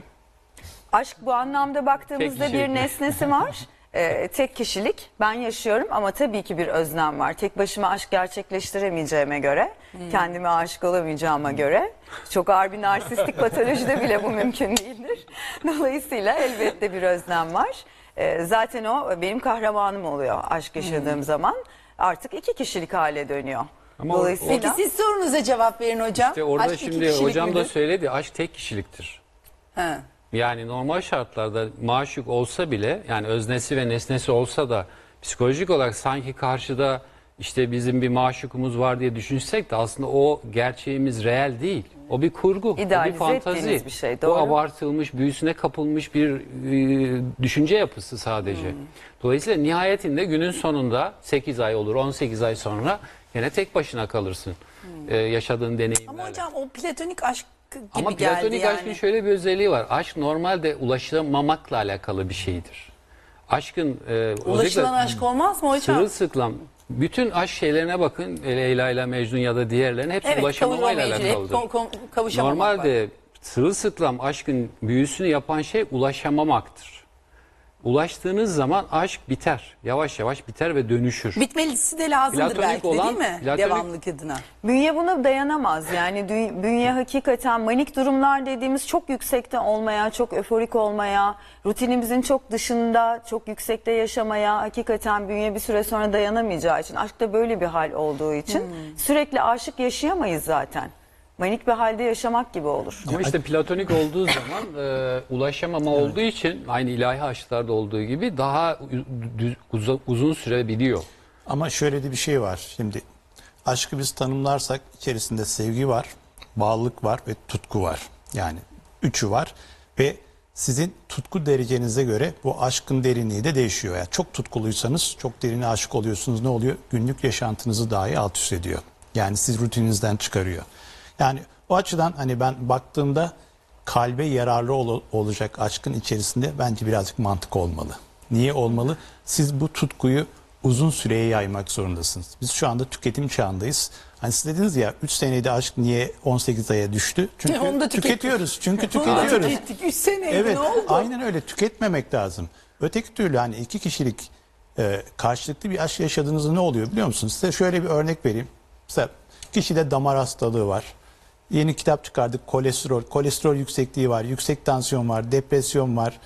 C: Aşk bu anlamda baktığımızda
D: Tek kişilik
C: bir
D: mi?
C: nesnesi var. Ee, tek kişilik ben yaşıyorum ama tabii ki bir özlem var. Tek başıma aşk gerçekleştiremeyeceğime göre, kendime aşık olamayacağıma göre çok ağır bir narsistik patolojide bile bu mümkün değildir. Dolayısıyla elbette bir özlem var. Ee, zaten o benim kahramanım oluyor aşk yaşadığım zaman. Artık iki kişilik hale dönüyor.
D: Ama o-
C: Dolayısıyla
B: Peki siz sorunuza cevap verin hocam.
D: İşte orada
B: Aşk iki
D: şimdi
B: kişilik
D: hocam da
B: midir?
D: söyledi, aşk tek kişiliktir.
B: Ha.
D: Yani normal şartlarda maşuk olsa bile, yani öznesi ve nesnesi olsa da psikolojik olarak sanki karşıda işte bizim bir maşukumuz var diye düşünsek de aslında o gerçeğimiz reel değil. O bir kurgu, o bir
C: İdealize
D: fantazi.
C: ettiğiniz bir şey,
D: Bu
C: doğru.
D: abartılmış, büyüsüne kapılmış bir e, düşünce yapısı sadece.
C: Hmm.
D: Dolayısıyla nihayetinde günün sonunda sekiz ay olur, on sekiz ay sonra yine tek başına kalırsın. E, yaşadığın deneyimlerle.
B: Ama hocam o platonik aşk gibi
D: Ama
B: geldi
D: platonik
B: yani.
D: aşkın şöyle bir özelliği var. Aşk normalde ulaşılamamakla alakalı bir şeydir. Aşkın e,
B: Ulaşılan
D: özellikle
B: aşk olmaz mı hocam?
D: sırılsıklam bütün aşk şeylerine bakın. Leyla ile Mecnun ya da diğerlerine hepsi
B: Evet,
D: ulaşamamayla
B: kavuşamayıcı, hep
D: alakalıdır.
B: ko- ko- kavuşamamak var.
D: Normalde sırılsıklam aşkın büyüsünü yapan şey ulaşamamaktır. Ulaştığınız zaman aşk biter. Yavaş yavaş biter ve dönüşür.
B: Bitmelisi de lazımdır
D: Platonik
B: belki de
D: olan-
B: değil mi?
D: platonik-
B: Devamlık adına.
C: Bünye buna dayanamaz. Yani dü- bünye hakikaten manik durumlar dediğimiz çok yüksekte olmaya, çok öforik olmaya, rutinimizin çok dışında, çok yüksekte yaşamaya hakikaten bünye bir süre sonra dayanamayacağı için, aşkta böyle bir hal olduğu için sürekli aşık yaşayamayız zaten. Manik bir halde yaşamak gibi olur.
D: Ama işte platonik olduğu zaman e, ulaşamama olduğu için aynı ilahi aşklarda olduğu gibi daha dü- uzun, uzun sürebiliyor.
E: Ama şöyle de bir şey var. Şimdi aşkı biz tanımlarsak içerisinde sevgi var, bağlılık var ve tutku var. Yani üçü var ve sizin tutku derecenize göre bu aşkın derinliği de değişiyor. Yani çok tutkuluysanız çok derine aşık oluyorsunuz. Ne oluyor? Günlük yaşantınızı dahi alt üst ediyor. Yani siz rutininizden çıkarıyor. Yani o açıdan hani ben baktığımda kalbe yararlı ol- olacak aşkın içerisinde bence birazcık mantık olmalı. Niye olmalı? Siz bu tutkuyu uzun süreye yaymak zorundasınız. Biz şu anda tüketim çağındayız. Hani siz dediniz ya üç senede aşk niye on sekiz aya düştü? Çünkü
B: Onu da tükettik.
E: tüketiyoruz. Çünkü
B: Onu da
E: tüketiyoruz.
B: tükettik. Üç seneydi
E: Evet,
B: ne oldu?
E: aynen öyle. Tüketmemek lazım. Öteki türlü hani iki kişilik e, karşılıklı bir aşk yaşadığınızda ne oluyor biliyor musunuz? Size şöyle bir örnek vereyim. Mesela kişide damar hastalığı var. Yeni kitap çıkardık, kolesterol. Kolesterol yüksekliği var, yüksek tansiyon var, depresyon var,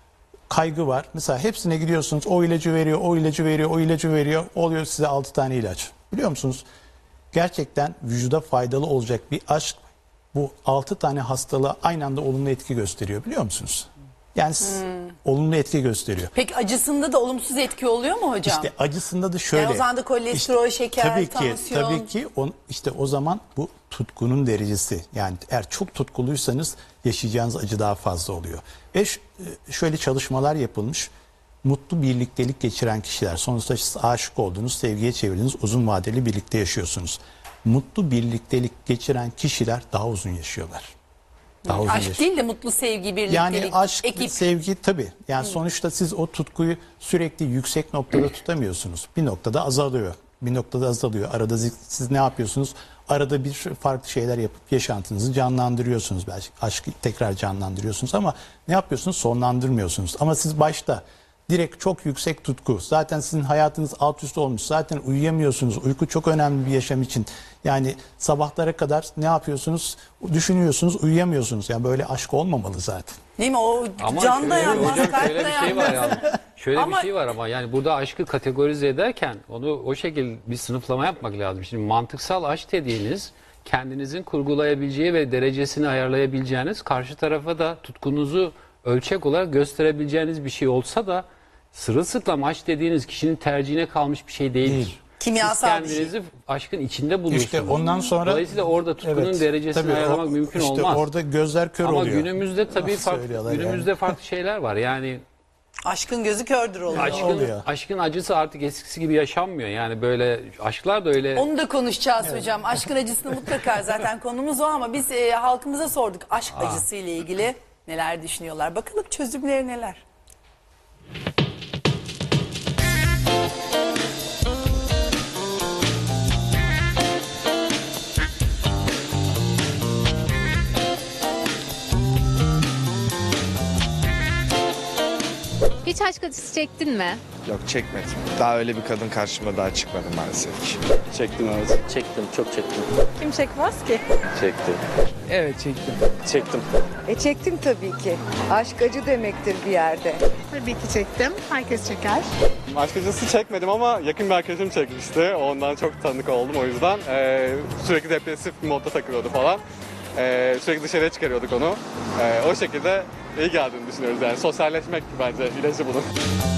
E: kaygı var. Mesela hepsine gidiyorsunuz, o ilacı veriyor, o ilacı veriyor, o ilacı veriyor. Oluyor size altı tane ilaç. Biliyor musunuz? Gerçekten vücuda faydalı olacak bir aşk bu altı tane hastalığa aynı anda olumlu etki gösteriyor biliyor musunuz? Yani siz- olumlu etki gösteriyor.
B: Peki acısında da olumsuz etki oluyor mu hocam?
E: İşte acısında da şöyle.
B: Yani o zaman da kolesterol, şeker,
E: tabii ki,
B: tansiyon.
E: Tabii ki on, işte o zaman bu tutkunun derecesi. Yani eğer çok tutkuluysanız yaşayacağınız acı daha fazla oluyor. Ve ş- şöyle çalışmalar yapılmış. Mutlu birliktelik geçiren kişiler. Sonuçta siz aşık oldunuz, sevgiye çevirdiniz, uzun vadeli birlikte yaşıyorsunuz. Mutlu birliktelik geçiren kişiler daha uzun yaşıyorlar. Daha uzun
B: Aşk
E: yaşıyorlar.
B: değil de mutlu sevgi, birliktelik,
E: Yani aşk,
B: ekip.
E: sevgi tabii. Yani sonuçta siz o tutkuyu sürekli yüksek noktada tutamıyorsunuz. Bir noktada azalıyor. Bir noktada azalıyor. Arada siz, siz ne yapıyorsunuz? Arada bir farklı şeyler yapıp yaşantınızı canlandırıyorsunuz belki. Aşkı tekrar canlandırıyorsunuz ama ne yapıyorsunuz? Sonlandırmıyorsunuz. Ama siz başta direkt çok yüksek tutku. Zaten sizin hayatınız alt üst olmuş. Zaten uyuyamıyorsunuz. Uyku çok önemli bir yaşam için. Yani sabahlara kadar ne yapıyorsunuz? Düşünüyorsunuz, uyuyamıyorsunuz. Yani böyle aşk olmamalı zaten.
B: Değil mi? O
D: Ama
B: can
D: şöyle
B: dayanmaz,
D: hocam,
B: kalp
D: şöyle bir şey var
B: dayanmaz.
D: yani. Şöyle
B: Ama-
D: bir şey var ama yani burada aşkı kategorize ederken onu o şekilde bir sınıflama yapmak lazım. Şimdi mantıksal aşk dediğiniz kendinizin kurgulayabileceği ve derecesini ayarlayabileceğiniz, karşı tarafa da tutkunuzu ölçek olarak gösterebileceğiniz bir şey olsa da sırılsıklam aşk dediğiniz kişinin tercihine kalmış bir şey değildir.
E: Değil.
B: Kimyasal
D: Siz
B: bir şey.
D: kendinizi aşkın içinde buluyorsunuz.
E: İşte ondan sonra...
D: Dolayısıyla orada tutkunun
E: Evet,
D: derecesini
E: tabii o-
D: ayarlamak mümkün
E: işte
D: olmaz.
E: orada gözler kör
D: Ama
E: oluyor.
D: günümüzde tabii
E: Nasıl
D: farklı,
E: söylüyorlar
D: günümüzde
E: yani?
D: farklı şeyler var. Yani
B: Aşkın gözü kördür oluyor.
D: aşkın,
E: oluyor.
D: aşkın acısı artık eskisi gibi yaşanmıyor. Yani böyle aşklar da öyle.
B: Onu da konuşacağız hocam. Aşkın acısını mutlaka zaten konumuz o ama biz e, halkımıza sorduk aşk acısı ile ilgili neler düşünüyorlar. Bakalım çözümleri neler?
G: Hiç aşk acısı çektin mi?
H: Yok çekmedim. Daha öyle bir kadın karşıma daha çıkmadı maalesef ki.
I: Çektim evet.
J: Çektim, çok çektim.
K: Kim çekmez ki?
J: Çektim.
I: Evet çektim.
J: Çektim.
K: E çektim tabii ki. Aşk acı demektir bir yerde.
L: Tabii ki çektim. Herkes çeker.
I: Aşk acısı çekmedim ama yakın bir arkadaşım çekmişti. Ondan çok tanık oldum o yüzden. Ee, sürekli depresif bir modda takılıyordu falan. Ee, sürekli dışarıya çıkarıyorduk onu. Ee, o şekilde iyi geldiğini düşünüyoruz yani. Sosyalleşmek bence ilacı bunun.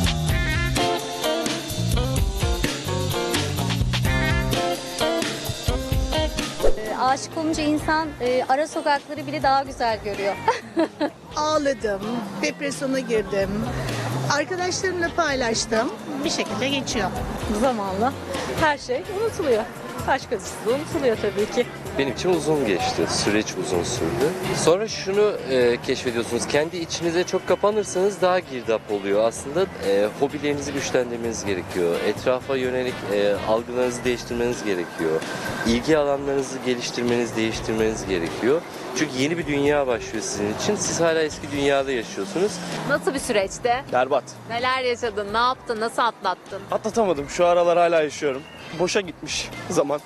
G: Aşık olunca insan e, ara sokakları bile daha güzel görüyor.
L: Ağladım, depresyona girdim. Arkadaşlarımla paylaştım. Bir şekilde geçiyor.
K: Zamanla her şey unutuluyor. Aşk acısı da unutuluyor tabii ki.
J: Benim için uzun geçti. Süreç uzun sürdü. Sonra şunu e, keşfediyorsunuz. Kendi içinize çok kapanırsanız daha girdap oluyor. Aslında e, hobilerinizi güçlendirmeniz gerekiyor. Etrafa yönelik e, algılarınızı değiştirmeniz gerekiyor. İlgi alanlarınızı geliştirmeniz, değiştirmeniz gerekiyor. Çünkü yeni bir dünya başlıyor sizin için. Siz hala eski dünyada yaşıyorsunuz.
G: Nasıl bir süreçte?
H: Berbat.
G: Neler yaşadın, ne yaptın, nasıl atlattın?
H: Atlatamadım. Şu aralar hala yaşıyorum. Boşa gitmiş zaman.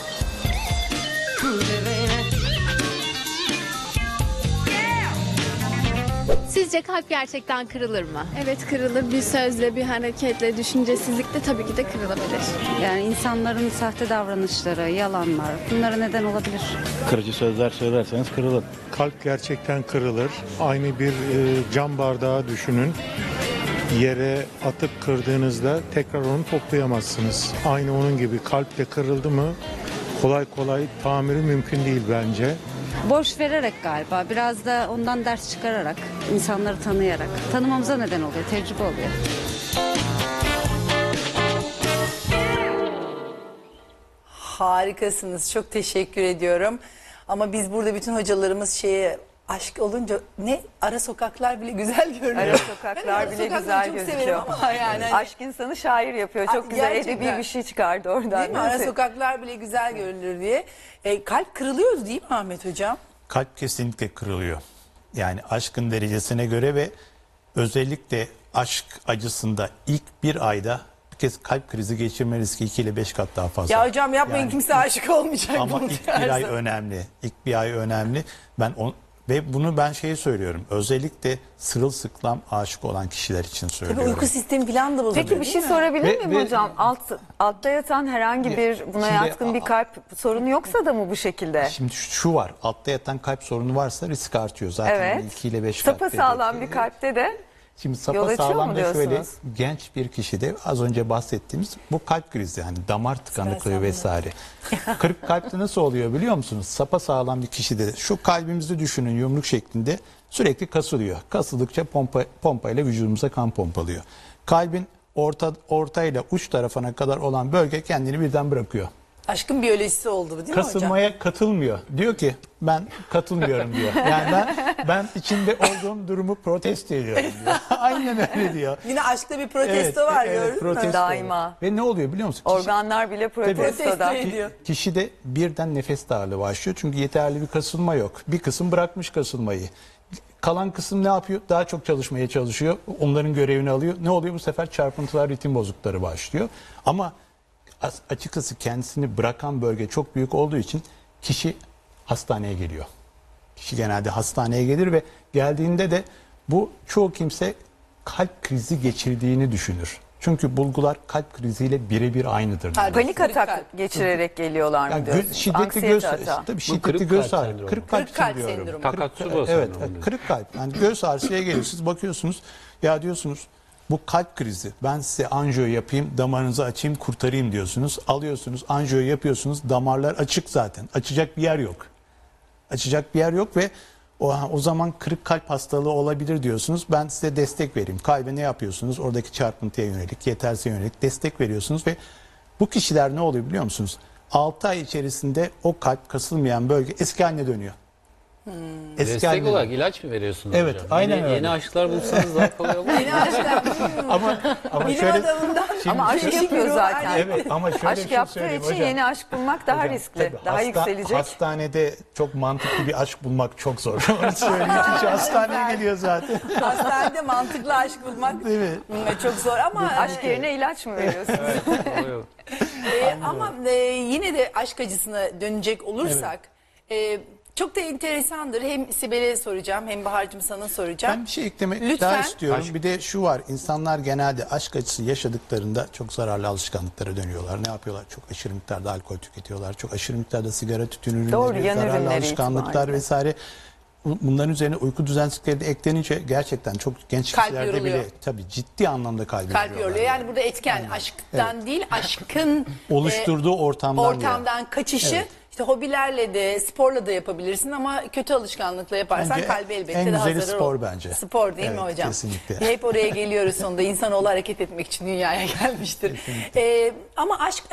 G: Sizce kalp gerçekten kırılır mı?
M: Evet kırılır. Bir sözle, bir hareketle, düşüncesizlikle tabii ki de kırılabilir.
K: Yani insanların sahte davranışları, yalanlar bunlara neden olabilir.
I: Kırıcı sözler söylerseniz kırılır.
N: Kalp gerçekten kırılır. Aynı bir e, cam bardağı düşünün. Yere atıp kırdığınızda tekrar onu toplayamazsınız. Aynı onun gibi kalp de kırıldı mı kolay kolay tamiri mümkün değil bence.
K: Boş vererek galiba, biraz da ondan ders çıkararak, insanları tanıyarak. Tanımamıza neden oluyor, tecrübe oluyor.
B: Harikasınız. Çok teşekkür ediyorum. Ama biz burada bütün hocalarımız şeye aşk olunca ne ara sokaklar bile güzel görünüyor.
C: Ara sokaklar
B: Ben ara
C: bile
B: sokakları
C: güzel
B: çok
C: gözüküyor.
B: severim ama yani hani-
C: Aşk insanı şair yapıyor. Çok
B: Ay,
C: güzel
B: gerçekten.
C: edebi bir şey çıkardı oradan.
B: Değil mi? Ara
C: Nasıl?
B: sokaklar bile güzel görünür diye. E, kalp kırılıyor değil mi Ahmet Hocam?
E: Kalp kesinlikle kırılıyor. Yani aşkın derecesine göre ve özellikle aşk acısında ilk bir ayda bir kez kalp krizi geçirme riski iki ile beş kat daha fazla.
B: Ya hocam yapmayın,
E: Yani
B: kimse aşık olmayacak.
E: Ama
B: bunu
E: ilk bir ay
B: duyarsa.
E: önemli. İlk bir ay önemli. Ben on, ve bunu ben şeyi söylüyorum. Özellikle sırılsıklam aşık olan kişiler için
B: Tabii
E: söylüyorum.
B: uyku sistemi falan da bozuluyor.
C: Peki bir şey
B: değil mi?
C: sorabilir
E: Ve-
C: miyim
E: ve-
C: hocam? Alt, altta yatan herhangi bir buna
E: Şimdi-
C: yatkın bir kalp sorunu yoksa da mı bu şekilde?
E: Şimdi şu var. Altta yatan kalp sorunu varsa risk artıyor. Zaten
C: Evet.
E: iki ile beş kat.
C: Sapa sağlam bir kalpte de
E: Şimdi
C: Yol
E: sapa
C: açıyor
E: sağlam
C: mu
E: da şöyle
C: diyorsunuz?
E: genç bir kişide az önce bahsettiğimiz bu kalp krizi, hani damar tıkanıklığı
B: İstersen
E: vesaire. Kırık kalpte nasıl oluyor biliyor musunuz? Sapa sağlam bir kişide şu kalbimizi düşünün, yumruk şeklinde sürekli kasılıyor. Kasıldıkça pompa pompayla vücudumuza kan pompalıyor. Kalbin orta ortayla uç tarafına kadar olan bölge kendini birden bırakıyor.
B: Aşkın biyolojisi oldu bu değil mi hocam?
E: Kasılmaya katılmıyor. Diyor ki ben katılmıyorum diyor. Yani ben ben içinde olduğum durumu protesto ediyorum diyor. Aynen öyle diyor.
B: Yine aşkta bir protesto
E: Evet,
B: var
E: evet,
B: gördün mü?
E: protesto
C: Daima.
E: var. Ve ne oluyor biliyor musun? Kişi-
C: Organlar bile protestoda.
B: Protesto ediyor.
E: Kişide birden nefes darlığı başlıyor. Çünkü yeterli bir kasılma yok. Bir kısım bırakmış kasılmayı. Kalan kısım ne yapıyor? Daha çok çalışmaya çalışıyor. Onların görevini alıyor. Ne oluyor? Bu sefer çarpıntılar, ritim bozuklukları başlıyor. Ama as- açıkçası kendisini bırakan bölge çok büyük olduğu için kişi hastaneye geliyor. Kişi genelde hastaneye gelir ve geldiğinde de bu çoğu kimse kalp krizi geçirdiğini düşünür. Çünkü bulgular kalp kriziyle birebir aynıdır.
B: Kalp-
C: Panik
B: Kırık
C: atak
B: kalp.
C: geçirerek geliyorlar mı
E: Yani gö-
C: diyorsunuz?
E: şiddetli
C: Anksiyete
E: göğüs,
C: atağı.
E: tabii
D: Bu
E: şiddetli
D: kırık
E: göğüs
D: kalp
E: ağrı,
D: sendromu.
E: kırık kalp,
B: Kırık kalp
E: sendromu.
B: sendromu.
D: Takatsubo
E: Evet,
D: sendromu.
E: kırık kalp. Yani göğüs ağrısıya geliyor. Siz bakıyorsunuz, ya diyorsunuz bu kalp krizi. Ben size anjiyo yapayım, damarınızı açayım, kurtarayım diyorsunuz. Alıyorsunuz, anjiyo yapıyorsunuz. Damarlar açık zaten. Açacak bir yer yok. Açacak bir yer yok ve o, o zaman kırık kalp hastalığı olabilir diyorsunuz. Ben size destek vereyim. Kalbe ne yapıyorsunuz? Oradaki çarpıntıya yönelik, yetersize yönelik destek veriyorsunuz ve bu kişiler ne oluyor biliyor musunuz? altı ay içerisinde o kalp kasılmayan bölge eski haline dönüyor. Eski
D: Destek
E: haline
D: olarak
E: dönüyor.
D: ilaç mı veriyorsunuz
E: Evet,
D: hocam?
E: aynen
D: yeni,
E: öyle.
D: Yeni aşklar bulsanız daha kolay olur.
B: Yeni aşklar.
E: Ama, ama
B: Bilim
E: şöyle,
B: adamından.
C: Ama aşk
B: Değişik
C: yapıyor
B: bir ruh
C: zaten.
B: hali.
E: evet, ama şöyle bir
C: Aşk
E: şey
C: yaptığı
E: söyleyeyim
C: için
E: hocam.
C: yeni aşk bulmak daha
E: Hocam,
C: riskli,
E: tabii
C: daha
E: hasta-
C: yükselecek.
E: Hastanede çok mantıklı bir aşk bulmak çok zor. Onu söyleyeyim. Kişi hastaneye geliyor zaten.
B: Hastanede mantıklı aşk bulmak
E: Değil mi?
B: hmm, çok zor ama
C: Aşk yerine ilaç mı veriyorsunuz?
B: e, ama e, yine de aşk acısına dönecek olursak e, çok da enteresandır. Hem Sibel'e soracağım hem Bahar'cığım sana soracağım.
E: Ben bir şey eklemek
B: Lütfen.
E: daha istiyorum.
D: Aşk.
E: Bir de şu var. İnsanlar genelde aşk acısı yaşadıklarında çok zararlı alışkanlıklara dönüyorlar. Ne yapıyorlar? Çok aşırı miktarda alkol tüketiyorlar. Çok aşırı miktarda sigara, tütün ürünleri,
C: Doğru, yan
E: zararlı
C: ürünleri
E: alışkanlıklar
C: itibariyle.
E: vesaire. Bunların üzerine uyku düzensizlikleri de eklenince gerçekten çok genç
B: Kalp
E: kişilerde
B: yoruluyor.
E: bile tabii ciddi anlamda kalbi
B: Kalp
E: yoruyorlar.
B: yoruluyor. Yani burada etken aşktan değil, aşkın
E: Oluşturduğu ortamdan
B: ortamdan kaçışı.
E: Evet.
B: İşte hobilerle de sporla da yapabilirsin ama kötü alışkanlıkla yaparsan
E: Bence
B: kalbi elbette
E: en
B: daha
E: güzeli
B: zarar
E: spor
B: olur.
E: bence.
B: Spor değil mi
E: Evet,
B: hocam?
E: kesinlikle.
B: Hep oraya geliyoruz sonunda. İnsanoğlu hareket etmek için dünyaya gelmiştir. Ee, ama aşk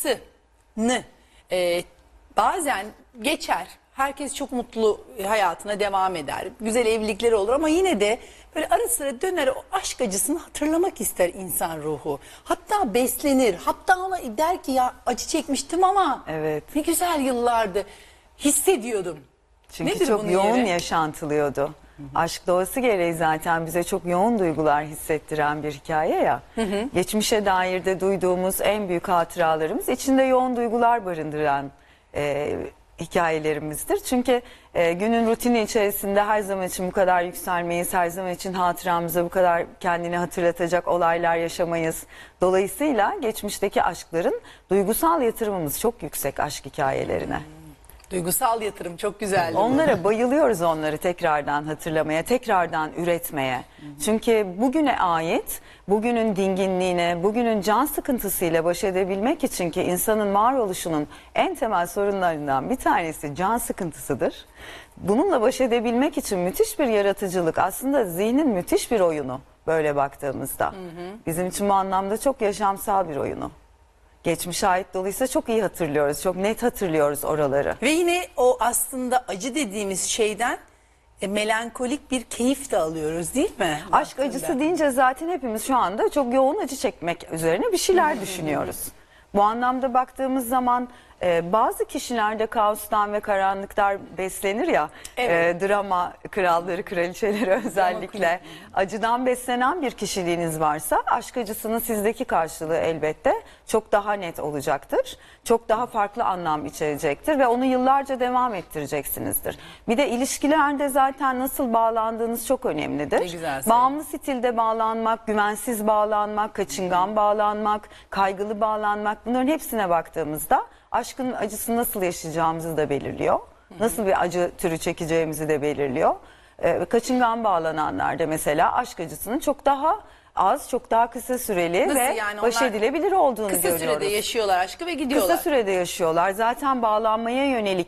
B: acısını e, bazen geçer. Herkes çok mutlu hayatına devam eder. Güzel evlilikleri olur ama yine de böyle ara sıra döner o aşk acısını hatırlamak ister insan ruhu. Hatta beslenir. Hatta ona der ki ya acı çekmiştim ama
C: Evet.
B: ne güzel yıllardı. Hissediyordum.
C: Çünkü
B: Nedir
C: çok
B: bunun
C: yoğun
B: yeri?
C: yaşantılıyordu. Aşk doğası gereği zaten bize çok yoğun duygular hissettiren bir hikaye ya. Geçmişe dair de duyduğumuz en büyük hatıralarımız içinde yoğun duygular barındıran e, hikayelerimizdir. Çünkü e, günün rutini içerisinde her zaman için bu kadar yükselmeyiz. Her zaman için hatıramıza bu kadar kendini hatırlatacak olaylar yaşamayız. Dolayısıyla geçmişteki aşkların duygusal yatırımımız çok yüksek aşk hikayelerine.
B: Duygusal yatırım çok güzeldi. bu.
C: Onlara bayılıyoruz, onları tekrardan hatırlamaya, tekrardan üretmeye. Çünkü bugüne ait, bugünün dinginliğine, bugünün can sıkıntısıyla baş edebilmek için ki insanın varoluşunun en temel sorunlarından bir tanesi can sıkıntısıdır. Bununla baş edebilmek için müthiş bir yaratıcılık, aslında zihnin müthiş bir oyunu böyle baktığımızda. Bizim için bu anlamda çok yaşamsal bir oyunu. Geçmişe ait dolayısıyla çok iyi hatırlıyoruz, çok net hatırlıyoruz oraları.
B: Ve yine o aslında acı dediğimiz şeyden e, melankolik bir keyif de alıyoruz değil mi?
C: Aşk acısı deyince zaten hepimiz şu anda çok yoğun acı çekmek üzerine bir şeyler düşünüyoruz. Bu anlamda baktığımız zaman e, bazı kişilerde kaostan ve karanlıktan beslenir ya,
B: Evet.
C: e, drama kralları, kraliçeleri özellikle. Acıdan beslenen bir kişiliğiniz varsa aşk acısının sizdeki karşılığı elbette çok daha net olacaktır. Çok daha farklı anlam içerecektir ve onu yıllarca devam ettireceksinizdir. Bir de ilişkilerde zaten nasıl bağlandığınız çok önemlidir.
B: Ne güzel söyledin.
C: Bağımlı stilde bağlanmak, güvensiz bağlanmak, kaçıngan bağlanmak, kaygılı bağlanmak, bunların hepsine baktığımızda aşkın acısını nasıl yaşayacağımızı da belirliyor. Nasıl bir acı türü çekeceğimizi de belirliyor. Ee, kaçıngan bağlananlarda mesela aşk acısının çok daha az, çok daha kısa süreli
B: Nasıl
C: ve
B: yani?
C: baş
B: Onlar
C: edilebilir olduğunu
B: Kısa
C: görüyoruz.
B: sürede yaşıyorlar aşkı ve gidiyorlar.
C: Kısa sürede yaşıyorlar. Zaten bağlanmaya yönelik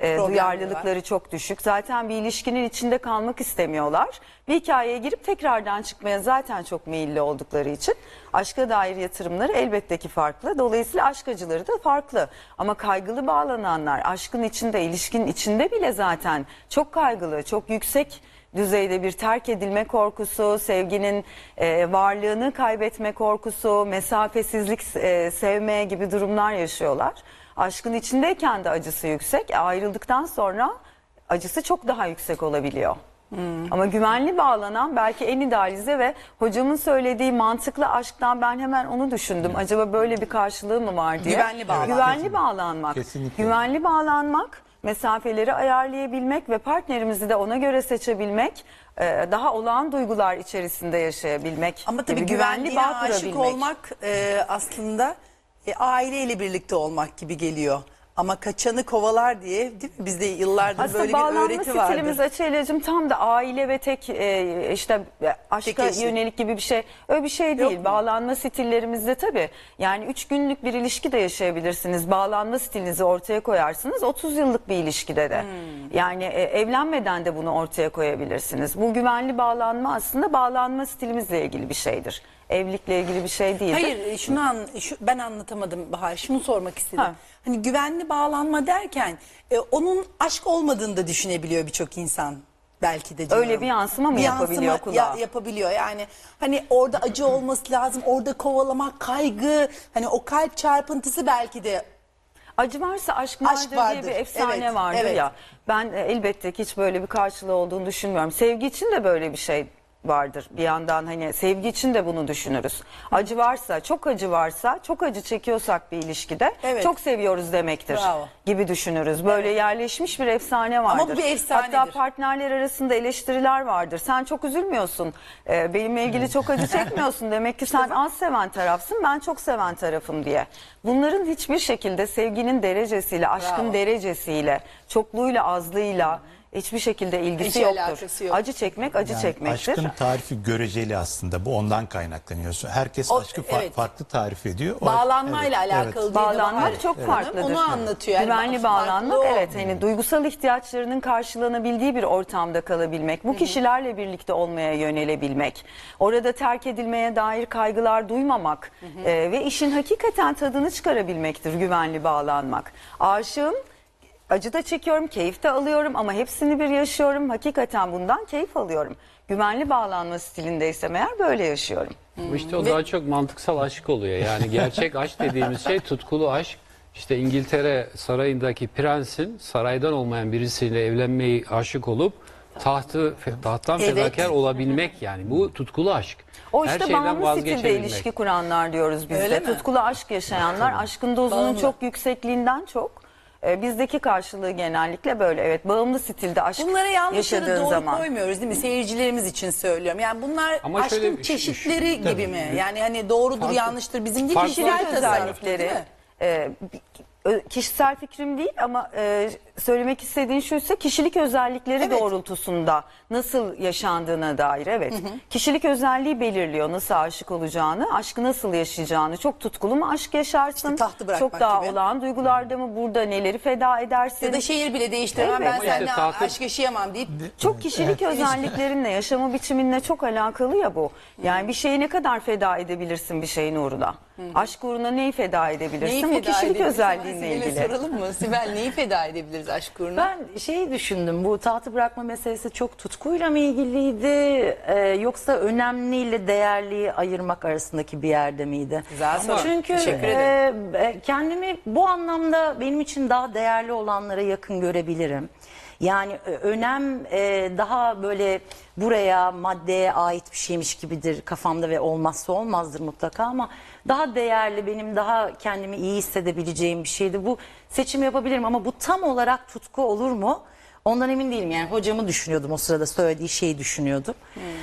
C: E,
B: Problemleri
C: duyarlılıkları
B: var.
C: çok düşük. Zaten bir ilişkinin içinde kalmak istemiyorlar. Bir hikayeye girip tekrardan çıkmaya zaten çok meyilli oldukları için aşka dair yatırımları elbette ki farklı. Dolayısıyla aşk acıları da farklı. Ama kaygılı bağlananlar aşkın içinde, ilişkinin içinde bile zaten çok kaygılı, çok yüksek düzeyde bir terk edilme korkusu, sevginin e, varlığını kaybetme korkusu, mesafesizlik, e, sevme gibi durumlar yaşıyorlar. Aşkın içindeyken de acısı yüksek, ayrıldıktan sonra acısı çok daha yüksek olabiliyor. Hmm. Ama güvenli bağlanan belki en idealize ve hocamın söylediği mantıklı aşktan ben hemen onu düşündüm. Acaba böyle bir karşılığı mı var diye.
B: Güvenli bağlanmak.
C: Güvenli bağlanmak.
E: Kesinlikle.
C: Güvenli bağlanmak, mesafeleri ayarlayabilmek ve partnerimizi de ona göre seçebilmek, e, daha olağan duygular içerisinde yaşayabilmek.
B: Ama tabii
C: gibi
B: güvenliğine
C: bağ
B: aşık
C: kurabilmek.
B: olmak e, aslında e, aileyle birlikte olmak gibi geliyor. Ama kaçanı kovalar diye değil mi? Bizde yıllardır
C: Aslında
B: böyle bir
C: bağlanma
B: öğreti vardır.
C: stilimiz Açelya'cığım tam da aile ve tek e, işte aşka
B: Tek eşlik.
C: yönelik gibi bir şey. Öyle bir şey değil.
B: mu?
C: Bağlanma stillerimizde tabii. Yani üç günlük bir ilişki de yaşayabilirsiniz. Bağlanma stilinizi ortaya koyarsınız. otuz yıllık bir ilişkide de.
B: Hmm.
C: Yani e, evlenmeden de bunu ortaya koyabilirsiniz. Bu güvenli bağlanma aslında bağlanma stilimizle ilgili bir şeydir. Evlilikle ilgili bir şey değildir.
B: Hayır şunu an, şu, ben anlatamadım Bahar. Şunu sormak istedim.
C: Ha.
B: Hani güvenli bağlanma derken e, onun aşk olmadığını da düşünebiliyor birçok insan. Belki de diyorum.
C: Öyle bir yansıma mı
B: Bir
C: yapabiliyor
B: yansıma
C: kulağa?
B: ya- yapabiliyor. Yani hani orada acı olması lazım. Orada kovalamak, kaygı, hani o kalp çarpıntısı belki de.
C: Acı varsa aşk vardır,
B: Aşk vardır.
C: diye bir efsane
B: Evet,
C: vardır
B: evet.
C: ya. Ben e, elbette ki hiç böyle bir karşılığı olduğunu düşünmüyorum. Sevgi için de böyle bir şey vardır. Bir yandan hani sevgi için de bunu düşünürüz. Acı varsa, çok acı varsa, çok acı çekiyorsak bir ilişkide
B: Evet.
C: çok seviyoruz demektir
B: Bravo.
C: gibi düşünürüz. Böyle yerleşmiş bir efsane vardır.
B: bu bir efsanedir.
C: Hatta partnerler arasında eleştiriler vardır. Sen çok üzülmüyorsun. Ee, benimle ilgili çok acı çekmiyorsun. Demek ki sen az seven tarafsın, ben çok seven tarafım diye. Bunların hiçbir şekilde sevginin derecesiyle, aşkın
B: Bravo.
C: derecesiyle, çokluğuyla, azlığıyla hiçbir şekilde ilgisi
B: Hiç
C: yoktur.
B: alakası yok.
C: Acı çekmek acı
E: Yani
C: çekmektir.
E: aşkın tarifi göreceli aslında. Bu ondan kaynaklanıyor. Herkes
B: O-
E: aşkı fa-
B: evet.
E: farklı tarif ediyor. O-
B: Bağlanmayla
E: evet,
B: alakalı
E: evet.
B: diye de
C: Bağlanmak
B: var.
C: çok
B: Evet.
C: farklıdır.
B: Onu anlatıyor. Yani
C: Güvenli
B: farklı
C: bağlanmak
B: o.
C: evet hani duygusal ihtiyaçlarının karşılanabildiği bir ortamda kalabilmek, bu kişilerle birlikte olmaya yönelebilmek, orada terk edilmeye dair kaygılar duymamak e, ve işin hakikaten tadını çıkarabilmektir güvenli bağlanmak. Aşığım, acı da çekiyorum, keyif de alıyorum ama hepsini bir yaşıyorum. Hakikaten bundan keyif alıyorum. Güvenli bağlanma stilindeysem eğer böyle yaşıyorum.
D: İşte o daha çok mantıksal aşk oluyor. Yani gerçek aşk dediğimiz şey tutkulu aşk. İşte İngiltere sarayındaki prensin saraydan olmayan birisiyle evlenmeyi aşık olup tahtı tahttan
B: Evet.
D: fedakar olabilmek yani bu tutkulu aşk.
C: O
D: Her
C: işte
D: şeyden
C: bağımlı stilde
D: vazgeçebilmek.
C: ilişki kuranlar diyoruz biz
B: Öyle
C: de.
B: mi?
C: Tutkulu aşk yaşayanlar aşkın dozunun
B: Bağımlı.
C: çok yüksekliğinden çok e, bizdeki karşılığı genellikle böyle. Evet, bağımlı stilde aşk
B: Bunlara yanlışları
C: yaşadığın
B: doğru
C: zaman.
B: koymuyoruz değil mi? Seyircilerimiz için söylüyorum. Yani bunlar
D: Ama
B: aşkın
D: şöyle bir-
B: çeşitleri
D: şu-
B: gibi mi? Yani hani doğrudur
D: Farklı-
B: yanlıştır bizim değil
D: farklı-
B: kişiler
C: Kişilik
B: tasarrufu
C: özellikleri
B: değil mi?
C: e, ö- kişisel fikrim değil ama e, söylemek istediğin şuysa kişilik özellikleri
B: Evet.
C: doğrultusunda nasıl yaşandığına dair evet. Kişilik özelliği belirliyor nasıl aşık olacağını, aşkı nasıl yaşayacağını. Çok tutkulu mu aşk yaşarsın?
B: İşte tahtı bırakmak
C: çok daha
B: gibi.
C: olağan duygularda mı? Burada neleri feda edersin?
B: Ya da şehir bile değiştirmem
C: Evet.
B: ben
C: Ama
D: işte
B: seninle
D: tahtı-
B: aşk yaşayamam deyip
C: Çok kişilik özelliklerinle, yaşama biçiminle çok alakalı ya bu. Yani bir şeyi ne kadar feda edebilirsin bir şeyin uğruna? Aşk uğruna neyi feda edebilirsin?
B: neyi
C: bu
B: feda
C: kişilik
B: edebiliriz?
C: özelliğinle
B: Sibel'e
C: ilgili.
B: soralım mı? Sibel neyi feda edebiliriz aşk uğruna?
F: Ben şeyi düşündüm, bu tahtı bırakma meselesi çok tutkuyla mı ilgiliydi e, yoksa önemliyle değerliyi ayırmak arasındaki bir yerde miydi?
B: Güzel soru.
F: Çünkü
B: Teşekkür
F: e,
B: ederim.
F: e, kendimi bu anlamda benim için daha değerli olanlara yakın görebilirim. Yani e, önem e, daha böyle buraya maddeye ait bir şeymiş gibidir kafamda ve olmazsa olmazdır mutlaka ama daha değerli, benim daha kendimi iyi hissedebileceğim bir şeydi. Bu seçim yapabilirim ama bu tam olarak tutku olur mu? Ondan emin değilim. Yani hocamı düşünüyordum o sırada, söylediği şeyi düşünüyordum.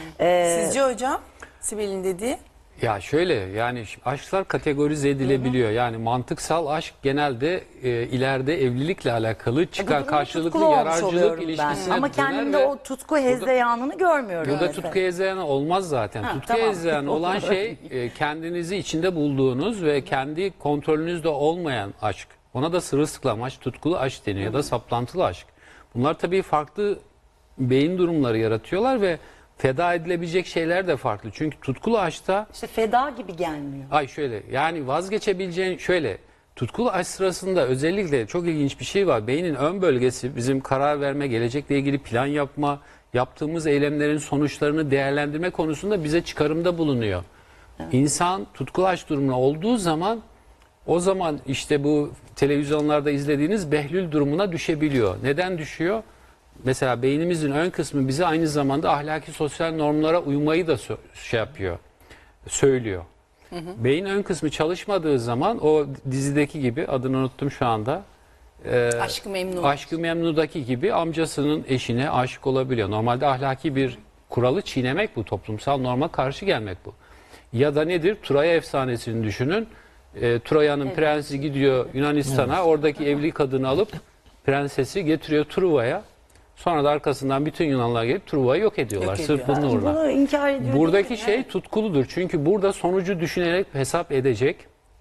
F: Ee,
B: Sizce hocam? Sibel'in dediği?
D: Ya şöyle yani ş- aşklar kategorize edilebiliyor. Yani mantıksal aşk genelde e, ileride evlilikle alakalı
F: bu
D: çıkar
F: durumda
D: karşılıklı
F: tutkulu olmuş
D: yararcılık
F: oluyorum
D: ilişkisine
F: Ama kendimde
D: döner ve
F: o tutku hezeyanını görmüyorum.
D: burada
F: mesela.
D: tutku hezeyanı olmaz zaten.
F: Ha,
D: tutku
F: tamam.
D: hezeyanı olan şey e, kendinizi içinde bulduğunuz ve kendi kontrolünüzde olmayan aşk. Ona da sırılsıklam aşk, tutkulu aşk deniyor ya da saplantılı aşk. Bunlar tabii farklı beyin durumları yaratıyorlar ve feda edilebilecek şeyler de farklı. Çünkü tutkulu aşkta...
F: İşte feda gibi gelmiyor.
D: Ay şöyle, yani vazgeçebileceğin şöyle... Tutkulu aşk sırasında özellikle çok ilginç bir şey var. Beynin ön bölgesi bizim karar verme, gelecekle ilgili plan yapma, yaptığımız eylemlerin sonuçlarını değerlendirme konusunda bize çıkarımda bulunuyor. Evet. İnsan tutkulu aşk durumuna olduğu zaman o zaman işte bu televizyonlarda izlediğiniz Behlül durumuna düşebiliyor. Neden düşüyor? Mesela beynimizin ön kısmı bize aynı zamanda ahlaki sosyal normlara uymayı da şey yapıyor, söylüyor. Hı hı. Beyin ön kısmı çalışmadığı zaman o dizideki gibi, adını unuttum şu anda. E,
B: Aşk-ı Memnu.
D: Aşk-ı Memnu'daki gibi amcasının eşine aşık olabiliyor. Normalde ahlaki bir kuralı çiğnemek bu, toplumsal norma karşı gelmek bu. Ya da nedir? Troya efsanesini düşünün. E, Troya'nın evet. prensi gidiyor Yunanistan'a, evet. oradaki evli kadını alıp prensesi getiriyor Truva'ya. Sonra da arkasından bütün Yunanlar gelip Truva'yı yok ediyorlar. Yok ediyor. Sırf bunun uğruna.
F: Bunu inkar ediyor.
D: Buradaki şey yani. tutkuludur. Çünkü burada sonucu düşünerek hesap edecek,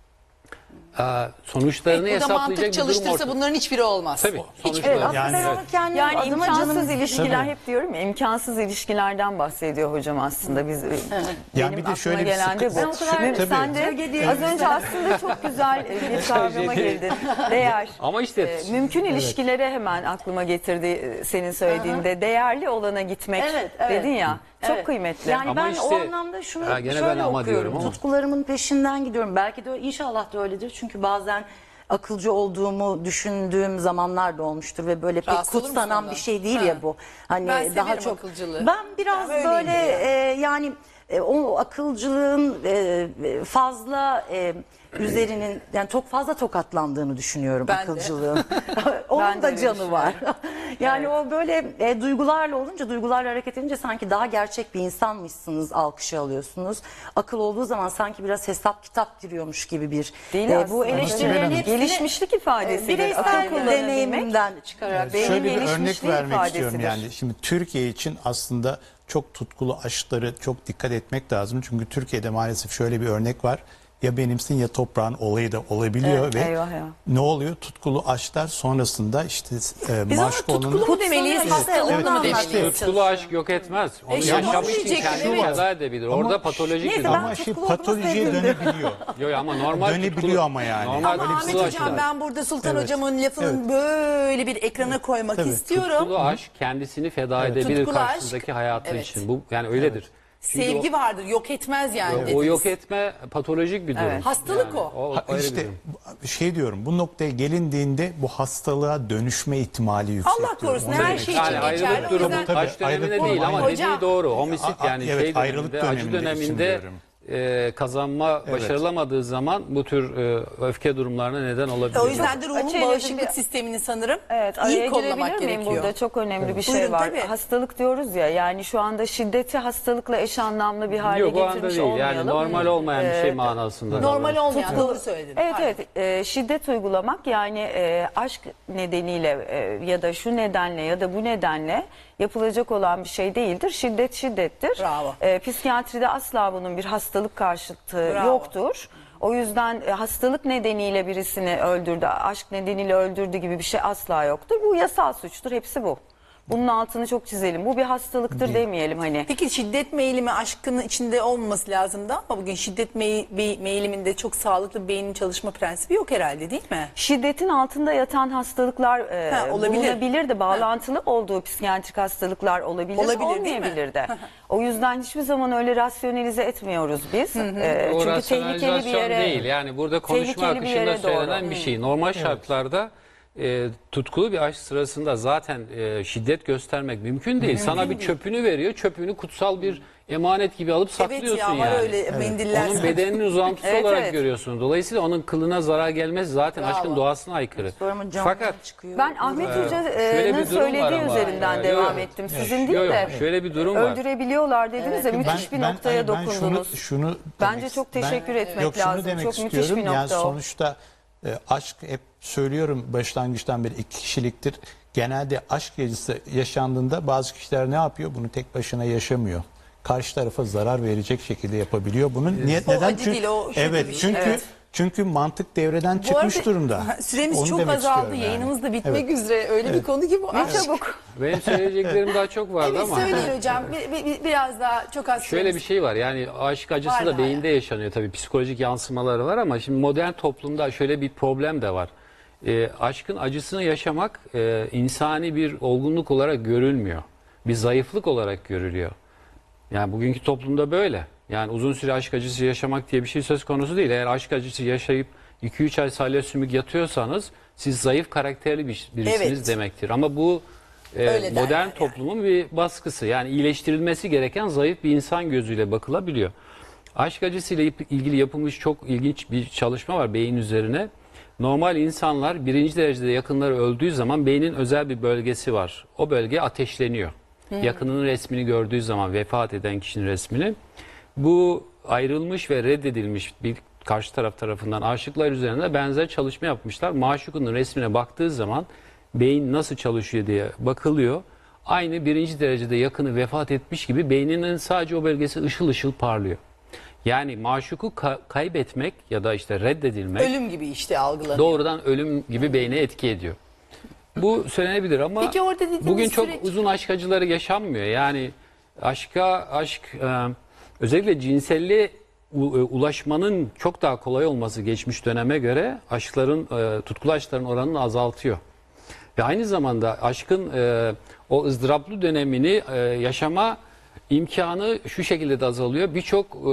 D: sonuçlarını
B: evet,
D: hesaplayacak
B: mantık çalıştırsa bunların hiçbiri olmaz.
D: Tabii.
F: Hiçbiri. Evet, yani, ben onu kendim
C: yani
F: adıma
C: imkansız
F: canım
C: ilişkiler hep diyorum ya, imkansız ilişkilerden bahsediyor hocam aslında. Biz evet.
E: Yani
C: benim
E: bir de şöyle bir
C: gelen de bu.
F: Ben o kadar
C: Şimdi sen de az önce aslında çok güzel bir kavrama girdin. Değer.
D: Ama işte
C: e, mümkün evet. ilişkilere hemen aklıma getirdi senin söylediğinde. Aha. Değerli olana gitmek evet, evet. dedin ya. Çok evet. kıymetli.
F: Yani
D: ama
F: ben
D: işte,
F: o anlamda şunu
D: ha,
F: şöyle okuyorum.
D: Ama.
F: Tutkularımın peşinden gidiyorum. Belki de inşallah da öyledir. Çünkü bazen akılcı olduğumu düşündüğüm zamanlar da olmuştur ve böyle pek
B: Rahatsız
F: kutsanan bir şey değil ha. ya bu. Hani
B: ben
F: daha çok
B: akılcılığı.
F: Ben biraz ben böyle e, yani e, o akılcılığın e, fazla e, üzerinin yani çok fazla tokatlandığını düşünüyorum ben akılcılığın. Onun da canı var. Yani evet. o böyle e, duygularla olunca, duygularla hareket edince sanki daha gerçek bir insanmışsınız, alkışı alıyorsunuz. Akıl olduğu zaman sanki biraz hesap kitap giriyormuş gibi bir.
C: Değil e, bu eleştirilerin hepsini gelişmişlik ifadesi.
F: Bireysel deneyimimden çıkarak.
E: Evet, şöyle bir örnek vermek istiyorum yani. Şimdi Türkiye için aslında çok tutkulu aşkları çok dikkat etmek lazım. Çünkü Türkiye'de maalesef şöyle bir örnek var. Ya benimsin ya toprağın olayı da olabiliyor evet, ve
C: eyvah ya.
E: ne oluyor? Tutkulu aşklar sonrasında işte e,
B: biz
E: maşk
B: ona tutkulu mu demeliyiz, evet. hastalıklı evet, mı demeliyiz?
D: İşte, tutkulu aşk yok etmez. Onu e, yaşamış için kendini feda edebilir. Orada ama, patolojik bir durum.
E: Ama şey patolojiye dönebiliyor.
D: Yok ama normal
E: dönebiliyor
D: tutkulu,
E: ama yani.
B: Normal ama Ahmet Hocam ben burada Sultan evet. Hocamın lafının evet. böyle bir ekrana koymak Tabii. istiyorum.
D: Tutkulu aşk kendisini feda evet. edebilir tutkulu karşısındaki aşk, hayatı evet. için. Bu yani öyledir. Evet.
B: Çünkü sevgi o, vardır, yok etmez yani.
D: O, o yok etme patolojik bir durum. Evet.
B: Hastalık yani,
D: o. o
E: ha, işte şey diyorum, bu noktaya gelindiğinde bu hastalığa dönüşme ihtimali yüksek.
B: Allah korusun her şey için
D: yani
B: geçerli.
D: Ayrılık durumu aşk döneminde değil ama
B: hocam,
D: dediği doğru. Homisit yani
E: evet,
D: şey
E: ayrılık
D: döneminde, acı döneminde e, kazanma evet. başarılamadığı zaman bu tür e, öfke durumlarına neden olabilir.
B: O yüzden de ruhun bağışıklık sistemini sanırım
C: evet,
B: iyi kollamak gerekiyor.
C: Burada çok önemli evet. bir şey
B: Buyurun,
C: var.
B: Tabii.
C: Hastalık diyoruz ya, yani şu anda şiddeti hastalıkla eş anlamlı bir hale
D: Yok,
C: getirmiş
D: değil.
C: olmayalım.
D: Yani normal olmayan ee, bir şey manasında.
B: Normal olmayan Tutkulu, doğru söyledin.
C: Evet Aynen. evet e, şiddet uygulamak yani e, aşk nedeniyle e, ya da şu nedenle ya da bu nedenle yapılacak olan bir şey değildir. Şiddet şiddettir.
B: Bravo.
C: E, psikiyatride asla bunun bir hastalık karşıtı Bravo. yoktur. O yüzden e, hastalık nedeniyle birisini öldürdü, aşk nedeniyle öldürdü gibi bir şey asla yoktur. Bu yasal suçtur. Hepsi bu. Bunun altını çok çizelim. Bu bir hastalıktır Değil. demeyelim hani.
B: Peki şiddet meyilimi aşkın içinde olmaması lazımdı ama bugün şiddet mey meyiliminde çok sağlıklı beynin çalışma prensibi yok herhalde, değil mi?
C: Şiddetin altında yatan hastalıklar e, ha, olabilir. bulunabilir de bağlantılı ha. olduğu psikiyatrik hastalıklar olabilir, olabilir olmayabilir de. O yüzden hiçbir zaman öyle rasyonelize etmiyoruz biz.
D: Hı hı. E, o çünkü tehlikeli bir yere değil. Yani burada konuşma akışında söylenen doğru. bir şey. Normal evet. şartlarda E, tutkulu bir aşk sırasında zaten e, şiddet göstermek mümkün değil. Mümkün Sana bir değil. çöpünü veriyor. Çöpünü kutsal bir emanet gibi alıp saklıyorsun evet ya, yani.
B: Öyle evet.
D: Onun bedeninin uzantısı evet, olarak evet. görüyorsun. Dolayısıyla onun kılına zarar gelmez zaten Bravo. aşkın doğasına aykırı.
F: Fakat
C: ben Ahmet Hoca'nın söylediği üzerinden yani. devam yok, ettim. Sizin yok, değil
D: yok,
C: de
D: şöyle bir durum var.
C: Öldürebiliyorlar dediniz ya, evet. müthiş
E: ben,
C: bir noktaya
E: ben, ben
C: dokundunuz.
E: Şunu, şunu
C: Bence çok teşekkür
E: ben,
C: etmek
E: yok,
C: lazım.
E: Demek
C: çok müthiş bir nokta
E: yani
C: o.
E: Sonuçta e, aşk hep söylüyorum başlangıçtan beri iki kişiliktir. Genelde aşk gecesi yaşandığında bazı kişiler ne yapıyor? Bunu tek başına yaşamıyor. Karşı tarafa zarar verecek şekilde yapabiliyor. Bunun niye,
B: o
E: neden?
B: Acı
E: Çünkü,
B: değil, o
E: evet,
B: şey.
E: çünkü
B: evet.
E: Çünkü mantık devreden
B: Bu
E: çıkmış
B: arada
E: durumda.
B: süremiz
E: Onu
B: çok
E: demek
B: azaldı.
E: istiyorum yani.
B: Yayınımız da bitmek
E: Evet.
B: üzere. Öyle bir
E: Evet.
B: konu ki bu.
C: Ne
B: Aşk.
C: çabuk.
D: Benim söyleyeceklerim daha çok vardı
B: Evet
D: ama.
B: söyleyin hocam. Bir, bir- bir- biraz daha çok az
D: Şöyle bir şey var, yani aşk acısı
B: Var
D: da
B: daha
D: beyinde yaşanıyor tabii, psikolojik yansımaları var ama şimdi modern toplumda şöyle bir problem de var. Ee, aşkın acısını yaşamak e, insani bir olgunluk olarak görülmüyor. Bir zayıflık olarak görülüyor. Yani bugünkü toplumda böyle. Yani uzun süre aşk acısı yaşamak diye bir şey söz konusu değil. Eğer aşk acısı yaşayıp iki üç ay salya sümük yatıyorsanız siz zayıf karakterli bir, birisiniz
B: Evet.
D: demektir. Ama bu e,
B: Öyle derler
D: modern
B: yani.
D: toplumun bir baskısı. Yani iyileştirilmesi gereken zayıf bir insan gözüyle bakılabiliyor. Aşk acısıyla ilgili yapılmış çok ilginç bir çalışma var beyin üzerine. Normal insanlar birinci derecede yakınları öldüğü zaman beynin özel bir bölgesi var. O bölge ateşleniyor.
B: Hmm.
D: Yakınının resmini gördüğü zaman, vefat eden kişinin resmini. Bu ayrılmış ve reddedilmiş bir karşı taraf tarafından aşıklar üzerinde benzer çalışma yapmışlar. Maşukunun resmine baktığı zaman beyin nasıl çalışıyor diye bakılıyor. Aynı birinci derecede yakını vefat etmiş gibi beyninin sadece o bölgesi ışıl ışıl parlıyor. Yani maşuku ka- kaybetmek ya da işte reddedilmek
B: ölüm gibi işte algılanıyor.
D: doğrudan ölüm gibi beyne etki ediyor. Bu söylenebilir ama
B: Peki orada dediğiniz
D: bugün çok
B: süreç-
D: uzun aşk acıları yaşanmıyor. Yani aşka aşk e, özellikle cinselliğe u- e, ulaşmanın çok daha kolay olması geçmiş döneme göre aşkların e, tutkulu aşkların oranını azaltıyor. Ve aynı zamanda aşkın e, o ızdıraplı dönemini e, yaşama imkanı şu şekilde de azalıyor. Birçok e,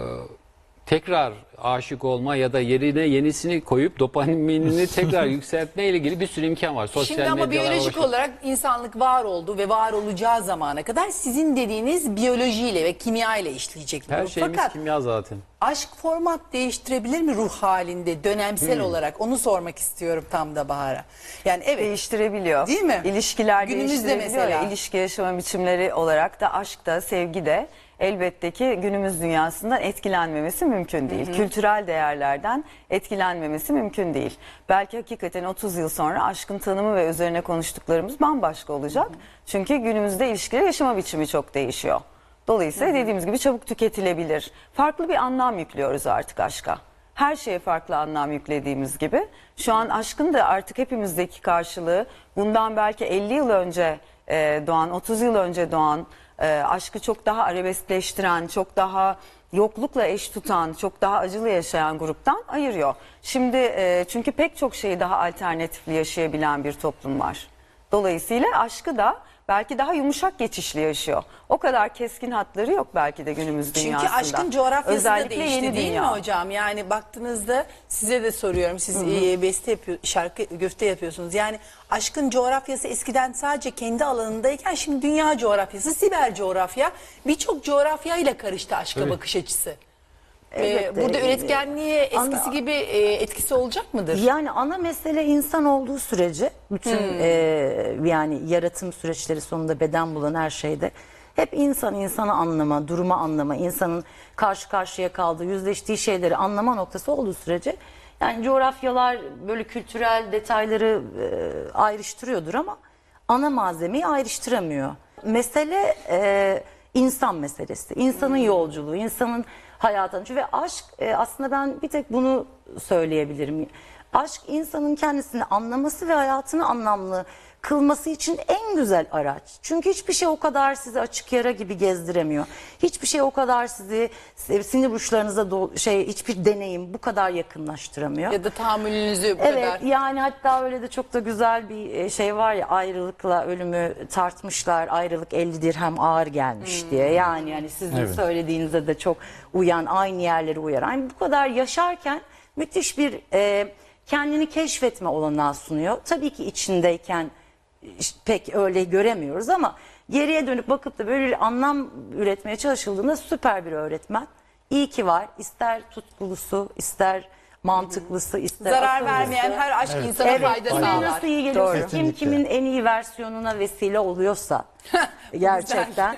D: tekrar aşık olma ya da yerine yenisini koyup dopaminini tekrar yükseltme ile ilgili bir sürü imkan var. Sosyal
B: Şimdi ama
D: medyalar
B: biyolojik
D: ulaşım.
B: olarak insanlık var oldu ve var olacağı zamana kadar sizin dediğiniz biyolojiyle ve kimya ile işleyecek.
D: Her
B: bu.
D: şeyimiz
B: Fakat
D: kimya zaten.
B: aşk format değiştirebilir mi ruh halinde dönemsel
D: Hmm.
B: olarak? Onu sormak istiyorum tam da Bahar'a. Yani evet.
C: Değiştirebiliyor.
B: Değil mi?
C: İlişkiler
B: Günümüzde
C: değiştirebiliyor.
B: mesela.
C: Ya, İlişki yaşama biçimleri olarak da aşk da sevgi de elbette ki günümüz dünyasından etkilenmemesi mümkün değil.
B: Hı hı.
C: Kültürel değerlerden etkilenmemesi mümkün değil. Belki hakikaten otuz yıl sonra aşkın tanımı ve üzerine konuştuklarımız bambaşka olacak. Çünkü günümüzde ilişkiler yaşama biçimi çok değişiyor. Dolayısıyla dediğimiz gibi çabuk tüketilebilir. Farklı bir anlam yüklüyoruz artık aşka. Her şeye farklı anlam yüklediğimiz gibi şu an aşkın da artık hepimizdeki karşılığı bundan belki elli yıl önce e, doğan, otuz yıl önce doğan, e, aşkı çok daha arabeskleştiren, çok daha yoklukla eş tutan, çok daha acılı yaşayan gruptan ayırıyor. Şimdi e, çünkü pek çok şeyi daha alternatifli yaşayabilen bir toplum var. Dolayısıyla aşkı da belki daha yumuşak geçişli yaşıyor. O kadar keskin hatları yok belki de günümüz dünyasında.
B: Çünkü aşkın coğrafyası
C: Özellikle
B: da değişti
C: yeni
B: değil
C: dünya.
B: mi hocam? Yani baktığınızda size de soruyorum. Siz e, beste yapıyor, şarkı göfte yapıyorsunuz. Yani aşkın coğrafyası eskiden sadece kendi alanındayken şimdi dünya coğrafyası, siber coğrafya birçok coğrafyayla karıştı aşka
F: Evet.
B: bakış açısı.
F: Evet,
B: Ee, burada
F: e,
B: üretkenliğe eskisi
F: ana-
B: gibi e, etkisi olacak mıdır?
F: Yani ana mesele insan olduğu sürece bütün
B: Hmm.
F: e, yani yaratım süreçleri sonunda beden bulan her şeyde hep insan insanı anlama, durumu anlama, insanın karşı karşıya kaldığı, yüzleştiği şeyleri anlama noktası olduğu sürece yani coğrafyalar böyle kültürel detayları e, ayrıştırıyordur ama ana malzemeyi ayrıştıramıyor. Mesele e, insan meselesi, insanın yolculuğu, insanın hayatını ve aşk e, aslında ben bir tek bunu söyleyebilirim. Aşk insanın kendisini anlaması ve hayatını anlamlı kılması için en güzel araç. Çünkü hiçbir şey o kadar sizi açık yara gibi gezdiremiyor. Hiçbir şey o kadar sizi sinir uçlarınıza do- şey hiçbir deneyim bu kadar yakınlaştıramıyor.
B: Ya da tahammülünüzü bu
F: Evet
B: kadar.
F: yani hatta öyle de çok da güzel bir şey var ya, ayrılıkla ölümü tartmışlar. Ayrılık elli dirhem ağır gelmiş
B: Hmm.
F: diye. Yani yani sizin
E: Evet.
F: söylediğinizde de çok uyan, aynı yerleri uyaran. Yani bu kadar yaşarken müthiş bir e, kendini keşfetme olanağı sunuyor. Tabii ki içindeyken işte pek öyle göremiyoruz ama geriye dönüp bakıp da böyle bir anlam üretmeye çalışıldığında süper bir öğretmen. İyi ki var. İster tutkulusu, ister mantıklısı, ister
B: Zarar
F: akıllısı.
B: vermeyen her aşk insana
F: Evet,
B: fayda
F: kime
B: sağlar.
F: nasıl iyi geliyorsa,
E: Doğru.
F: kim kimin en iyi versiyonuna vesile oluyorsa gerçekten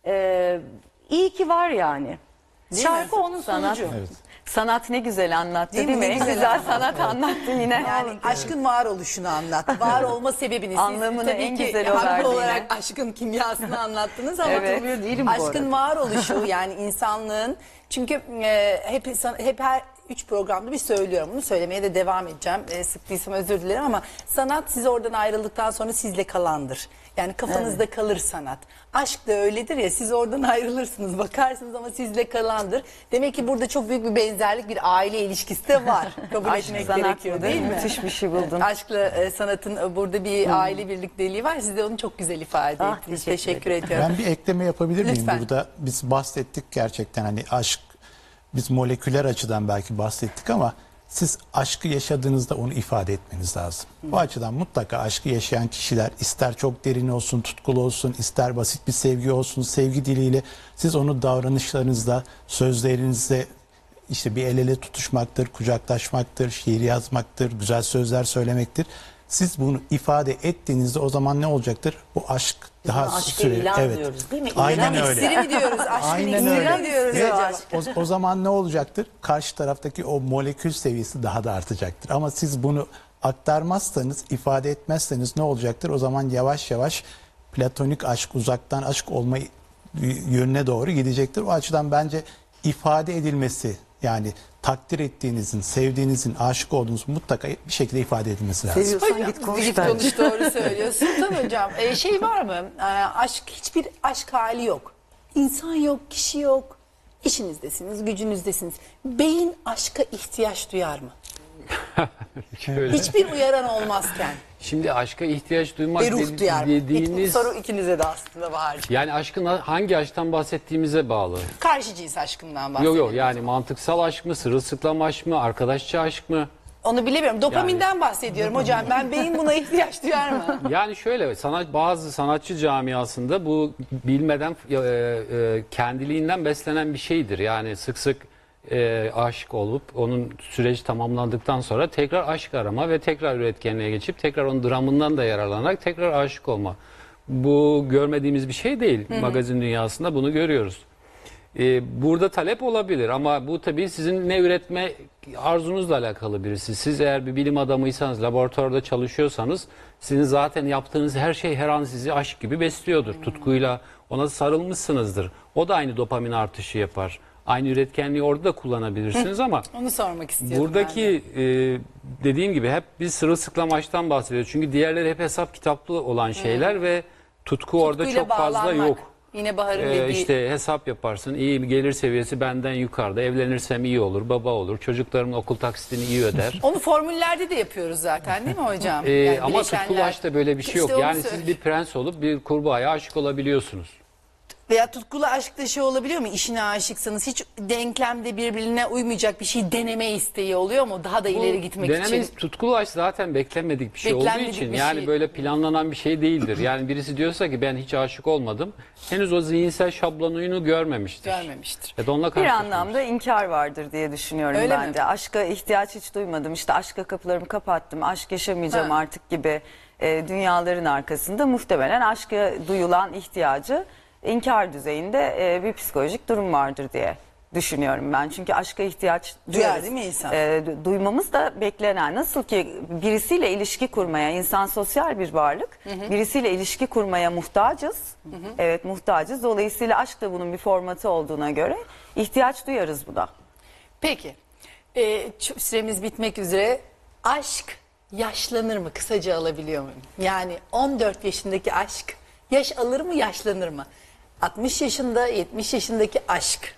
F: e, iyi ki var yani.
B: Değil
F: Şarkı
B: mi?
F: onun
C: Sanat,
F: sonucu.
C: sanat ne güzel anlattı
B: Değil
C: değil,
B: mi?
C: mi?
B: Ne
C: En
B: güzel
C: güzel
B: anlattı.
C: sanat anlattı yine.
B: Yani aşkın varoluşunu anlat. Var olma sebebini. Siz
C: Anlamını
B: tabii
C: en
B: ki
C: güzel o
B: haklı
C: verdi
B: olarak
C: yine.
B: aşkın kimyasını anlattınız ama
C: Evet. Değilim bu
B: aşkın
C: arada.
B: varoluşu yani insanlığın Çünkü e, hep, hep her üç programda bir söylüyorum bunu. Söylemeye de devam edeceğim. E, sıktıysam özür dilerim ama sanat siz oradan ayrıldıktan sonra sizle kalandır. Yani kafanızda evet. kalır sanat. Aşk da öyledir ya, siz oradan ayrılırsınız, bakarsınız ama sizle kalandır. Demek ki burada çok büyük bir benzerlik, bir aile ilişkisi de var. Kabul etmek gerekiyor değil mi?
C: Müthiş bir şey buldun.
B: Aşkla e, sanatın burada bir hmm. aile birlikteliği var. Siz de onu çok güzel ifade ah, ettiniz. Teşekkür, teşekkür ediyorum.
E: Ben bir ekleme yapabilir miyim
B: Lütfen.
E: burada? Biz bahsettik gerçekten hani aşk, biz moleküler açıdan belki bahsettik ama siz aşkı yaşadığınızda onu ifade etmeniz lazım. Bu açıdan mutlaka aşkı yaşayan kişiler, ister çok derin olsun, tutkulu olsun, ister basit bir sevgi olsun, sevgi diliyle siz onu davranışlarınızda, sözlerinizde, işte bir el ele tutuşmaktır, kucaklaşmaktır, şiir yazmaktır, güzel sözler söylemektir. Siz bunu ifade ettiğinizde o zaman ne olacaktır? Bu aşk daha süreli. Evet.
F: Diyoruz, değil mi?
E: Aynen
B: İlan
E: öyle.
B: İksiri mi diyoruz? Aşkın
E: Aynen
B: iksiri
E: öyle.
B: mi diyoruz
E: Ve
B: hocam?
E: o, o zaman ne olacaktır? Karşı taraftaki o molekül seviyesi daha da artacaktır. Ama siz bunu aktarmazsanız, ifade etmezseniz ne olacaktır? O zaman yavaş yavaş platonik aşk, uzaktan aşk olma yönüne doğru gidecektir. O açıdan bence ifade edilmesi, yani takdir ettiğinizin, sevdiğinizin, aşık olduğunuzun mutlaka bir şekilde ifade edilmesi lazım.
F: Seviyorsan git konuş.
B: Git konuş, doğru söylüyorsun. Sultan hocam e, şey var mı? E, aşk, hiçbir aşk hali yok. İnsan yok, kişi yok. İşinizdesiniz, gücünüzdesiniz. Beyin aşka ihtiyaç duyar mı?
D: Şöyle.
B: Hiçbir uyaran olmazken.
D: Şimdi aşka ihtiyaç duymak
B: Ve ruh
D: dedi-
B: duyar mı?
D: dediğiniz...
B: İlk soru ikinize de aslında var.
D: Yani aşkın hangi aşktan bahsettiğimize bağlı.
B: Karşı cins aşkından
D: Yok
B: bahsedelim.
D: yok yani mantıksal aşk mı, sırılsıklam aşk mı, arkadaşça aşk mı?
B: Onu bilemiyorum. Dopaminden bahsediyorum hocam. Ben beyin buna ihtiyaç duyar mı?
D: Yani şöyle, sanat, bazı sanatçı camiasında bu bilmeden e, e, kendiliğinden beslenen bir şeydir. Yani sık sık e, aşık olup onun süreci tamamlandıktan sonra tekrar aşk arama ve tekrar üretkenliğe geçip tekrar onun dramından da yararlanarak tekrar aşık olma. Bu görmediğimiz bir şey değil. Hı hı. Magazin dünyasında bunu görüyoruz. Ee, burada talep olabilir ama bu tabii sizin ne üretme arzunuzla alakalı birisi. Siz eğer bir bilim adamıysanız, laboratuvarda çalışıyorsanız sizin zaten yaptığınız her şey her an sizi aşk gibi besliyordur. Hmm. Tutkuyla ona sarılmışsınızdır. O da aynı dopamin artışı yapar. Aynı üretkenliği orada da kullanabilirsiniz Hı. ama
B: onu sormak istiyorum.
D: buradaki e, dediğim gibi hep biz sırılsıklam aşktan bahsediyoruz. Çünkü diğerleri hep hesap kitaplı olan şeyler hmm. ve tutku Tutkuyla orada çok fazla bağlanmak. Yok.
B: Yine Bahar'ın
D: ee,
B: dediği...
D: İşte hesap yaparsın, iyi bir gelir seviyesi benden yukarıda, evlenirsem iyi olur, baba olur, çocuklarımın okul taksitini iyi öder.
B: Onu formüllerde de yapıyoruz zaten değil mi hocam?
D: Ee,
B: yani
D: ama tutkulu aşkta böyle bir şey yok.
B: İşte
D: yani siz bir prens olup bir kurbağaya aşık olabiliyorsunuz.
B: Veya tutkulu aşkta şey olabiliyor mu? İşine aşıksınız. Hiç denklemde birbirine uymayacak bir şey deneme isteği oluyor mu? Daha da
D: Bu
B: ileri gitmek
D: deneme,
B: için.
D: Tutkulu aşk zaten beklenmedik bir şey
B: Beklenmedik
D: olduğu için.
B: bir
D: Yani
B: şey.
D: böyle planlanan bir şey değildir. Yani birisi diyorsa ki ben hiç aşık olmadım. Henüz o zihinsel şablonunu görmemiştir.
B: Görmemiştir.
D: Evet, onunla
C: bir anlamda inkar vardır diye düşünüyorum
B: Öyle
C: ben
B: mi?
C: de. Aşka ihtiyaç hiç duymadım. İşte aşka kapılarımı kapattım. Aşk yaşamayacağım
B: Ha.
C: artık gibi e, dünyaların arkasında muhtemelen aşka duyulan ihtiyacı inkar düzeyinde e, bir psikolojik durum vardır diye düşünüyorum ben. Çünkü aşka ihtiyaç
B: Duyar
C: duyarız.
B: değil mi insan?
C: E, du- duymamız da beklenen. Nasıl ki birisiyle ilişki kurmaya, insan sosyal bir varlık, hı hı. birisiyle ilişki kurmaya muhtacız. Hı hı. Evet, muhtacız. Dolayısıyla aşk da bunun bir formatı olduğuna göre ihtiyaç duyarız buna.
B: Peki. Ee, süremiz bitmek üzere. Aşk yaşlanır mı? Kısaca alabiliyor muyum? Yani on dört yaşındaki aşk yaş alır mı, yaşlanır mı? altmış yaşında, yetmiş yaşındaki aşk.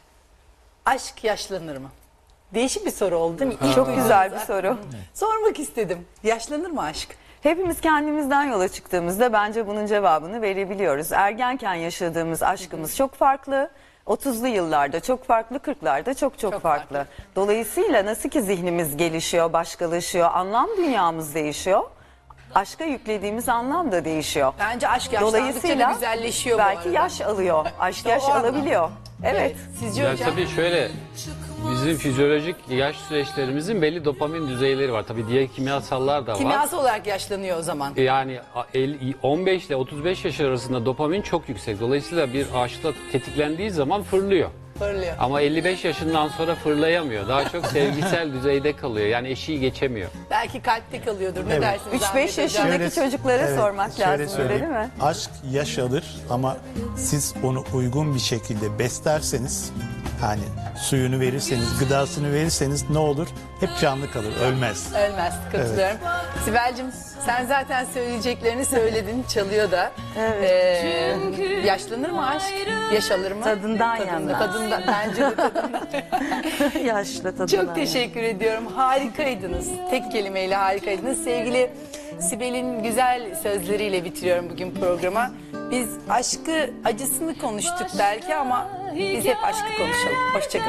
B: Aşk yaşlanır mı? Değişik bir soru oldu değil mi? İlk
C: Çok
B: duyduğunuzda
C: güzel bir soru.
B: Sormak istedim. Yaşlanır mı aşk?
C: Hepimiz kendimizden yola çıktığımızda bence bunun cevabını verebiliyoruz. Ergenken yaşadığımız aşkımız çok farklı. otuzlu yıllarda çok farklı, kırklarda çok çok,
B: Çok
C: farklı.
B: farklı.
C: Dolayısıyla nasıl ki zihnimiz gelişiyor, başkalaşıyor, anlam dünyamız değişiyor. Aşka yüklediğimiz anlam da değişiyor.
B: Bence aşk yaşlandıkça da güzelleşiyor bu
C: belki
B: arada.
C: yaş alıyor. Aşk
B: İşte
C: yaş
B: o anlam.
C: alabiliyor. Evet.
B: Sizce
D: Ya
B: hocam?
D: tabii şöyle, bizim fizyolojik yaş süreçlerimizin belli dopamin düzeyleri var. Tabii diğer kimyasallar da var.
B: Kimyasal olarak yaşlanıyor o zaman.
D: Yani on beş ile otuz beş yaş arasında dopamin çok yüksek. Dolayısıyla bir aşkta tetiklendiği zaman fırlıyor.
B: Fırlıyor.
D: Ama elli beş yaşından sonra fırlayamıyor. Daha çok sevgisel düzeyde kalıyor. Yani eşiği geçemiyor.
B: Belki kalpte kalıyordur. Ne
E: Evet.
B: dersiniz?
C: üç beş
B: Ahmet Hocam?
C: yaşındaki
E: Şöyle-
C: çocuklara
E: evet,
C: sormak
E: şöyle
C: lazım öyle
E: söyleyeyim.
C: değil mi?
E: Aşk yaşanır ama siz onu uygun bir şekilde beslerseniz, hani suyunu verirseniz, gıdasını verirseniz ne olur? Hep canlı kalır, ölmez.
B: Ölmez, katılıyorum. Sibel'cim sen zaten söyleyeceklerini söyledin, çalıyor da.
F: Evet.
B: Ee, yaşlanır mı aşk? Yaşalır mı?
F: Tadından yenmez.
B: Tadından, bence de tadından.
F: Yaşlı tadından.
B: Çok teşekkür ediyorum. Harikaydınız. Tek kelimeyle harikaydınız. Sevgili Sibel'in güzel sözleriyle bitiriyorum bugün programa. Biz aşkı, acısını konuştuk belki ama biz hep aşkı konuşalım.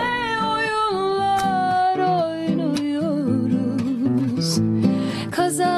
B: Hoşçakalın.
O: Oyunlar oynuyoruz. Kaza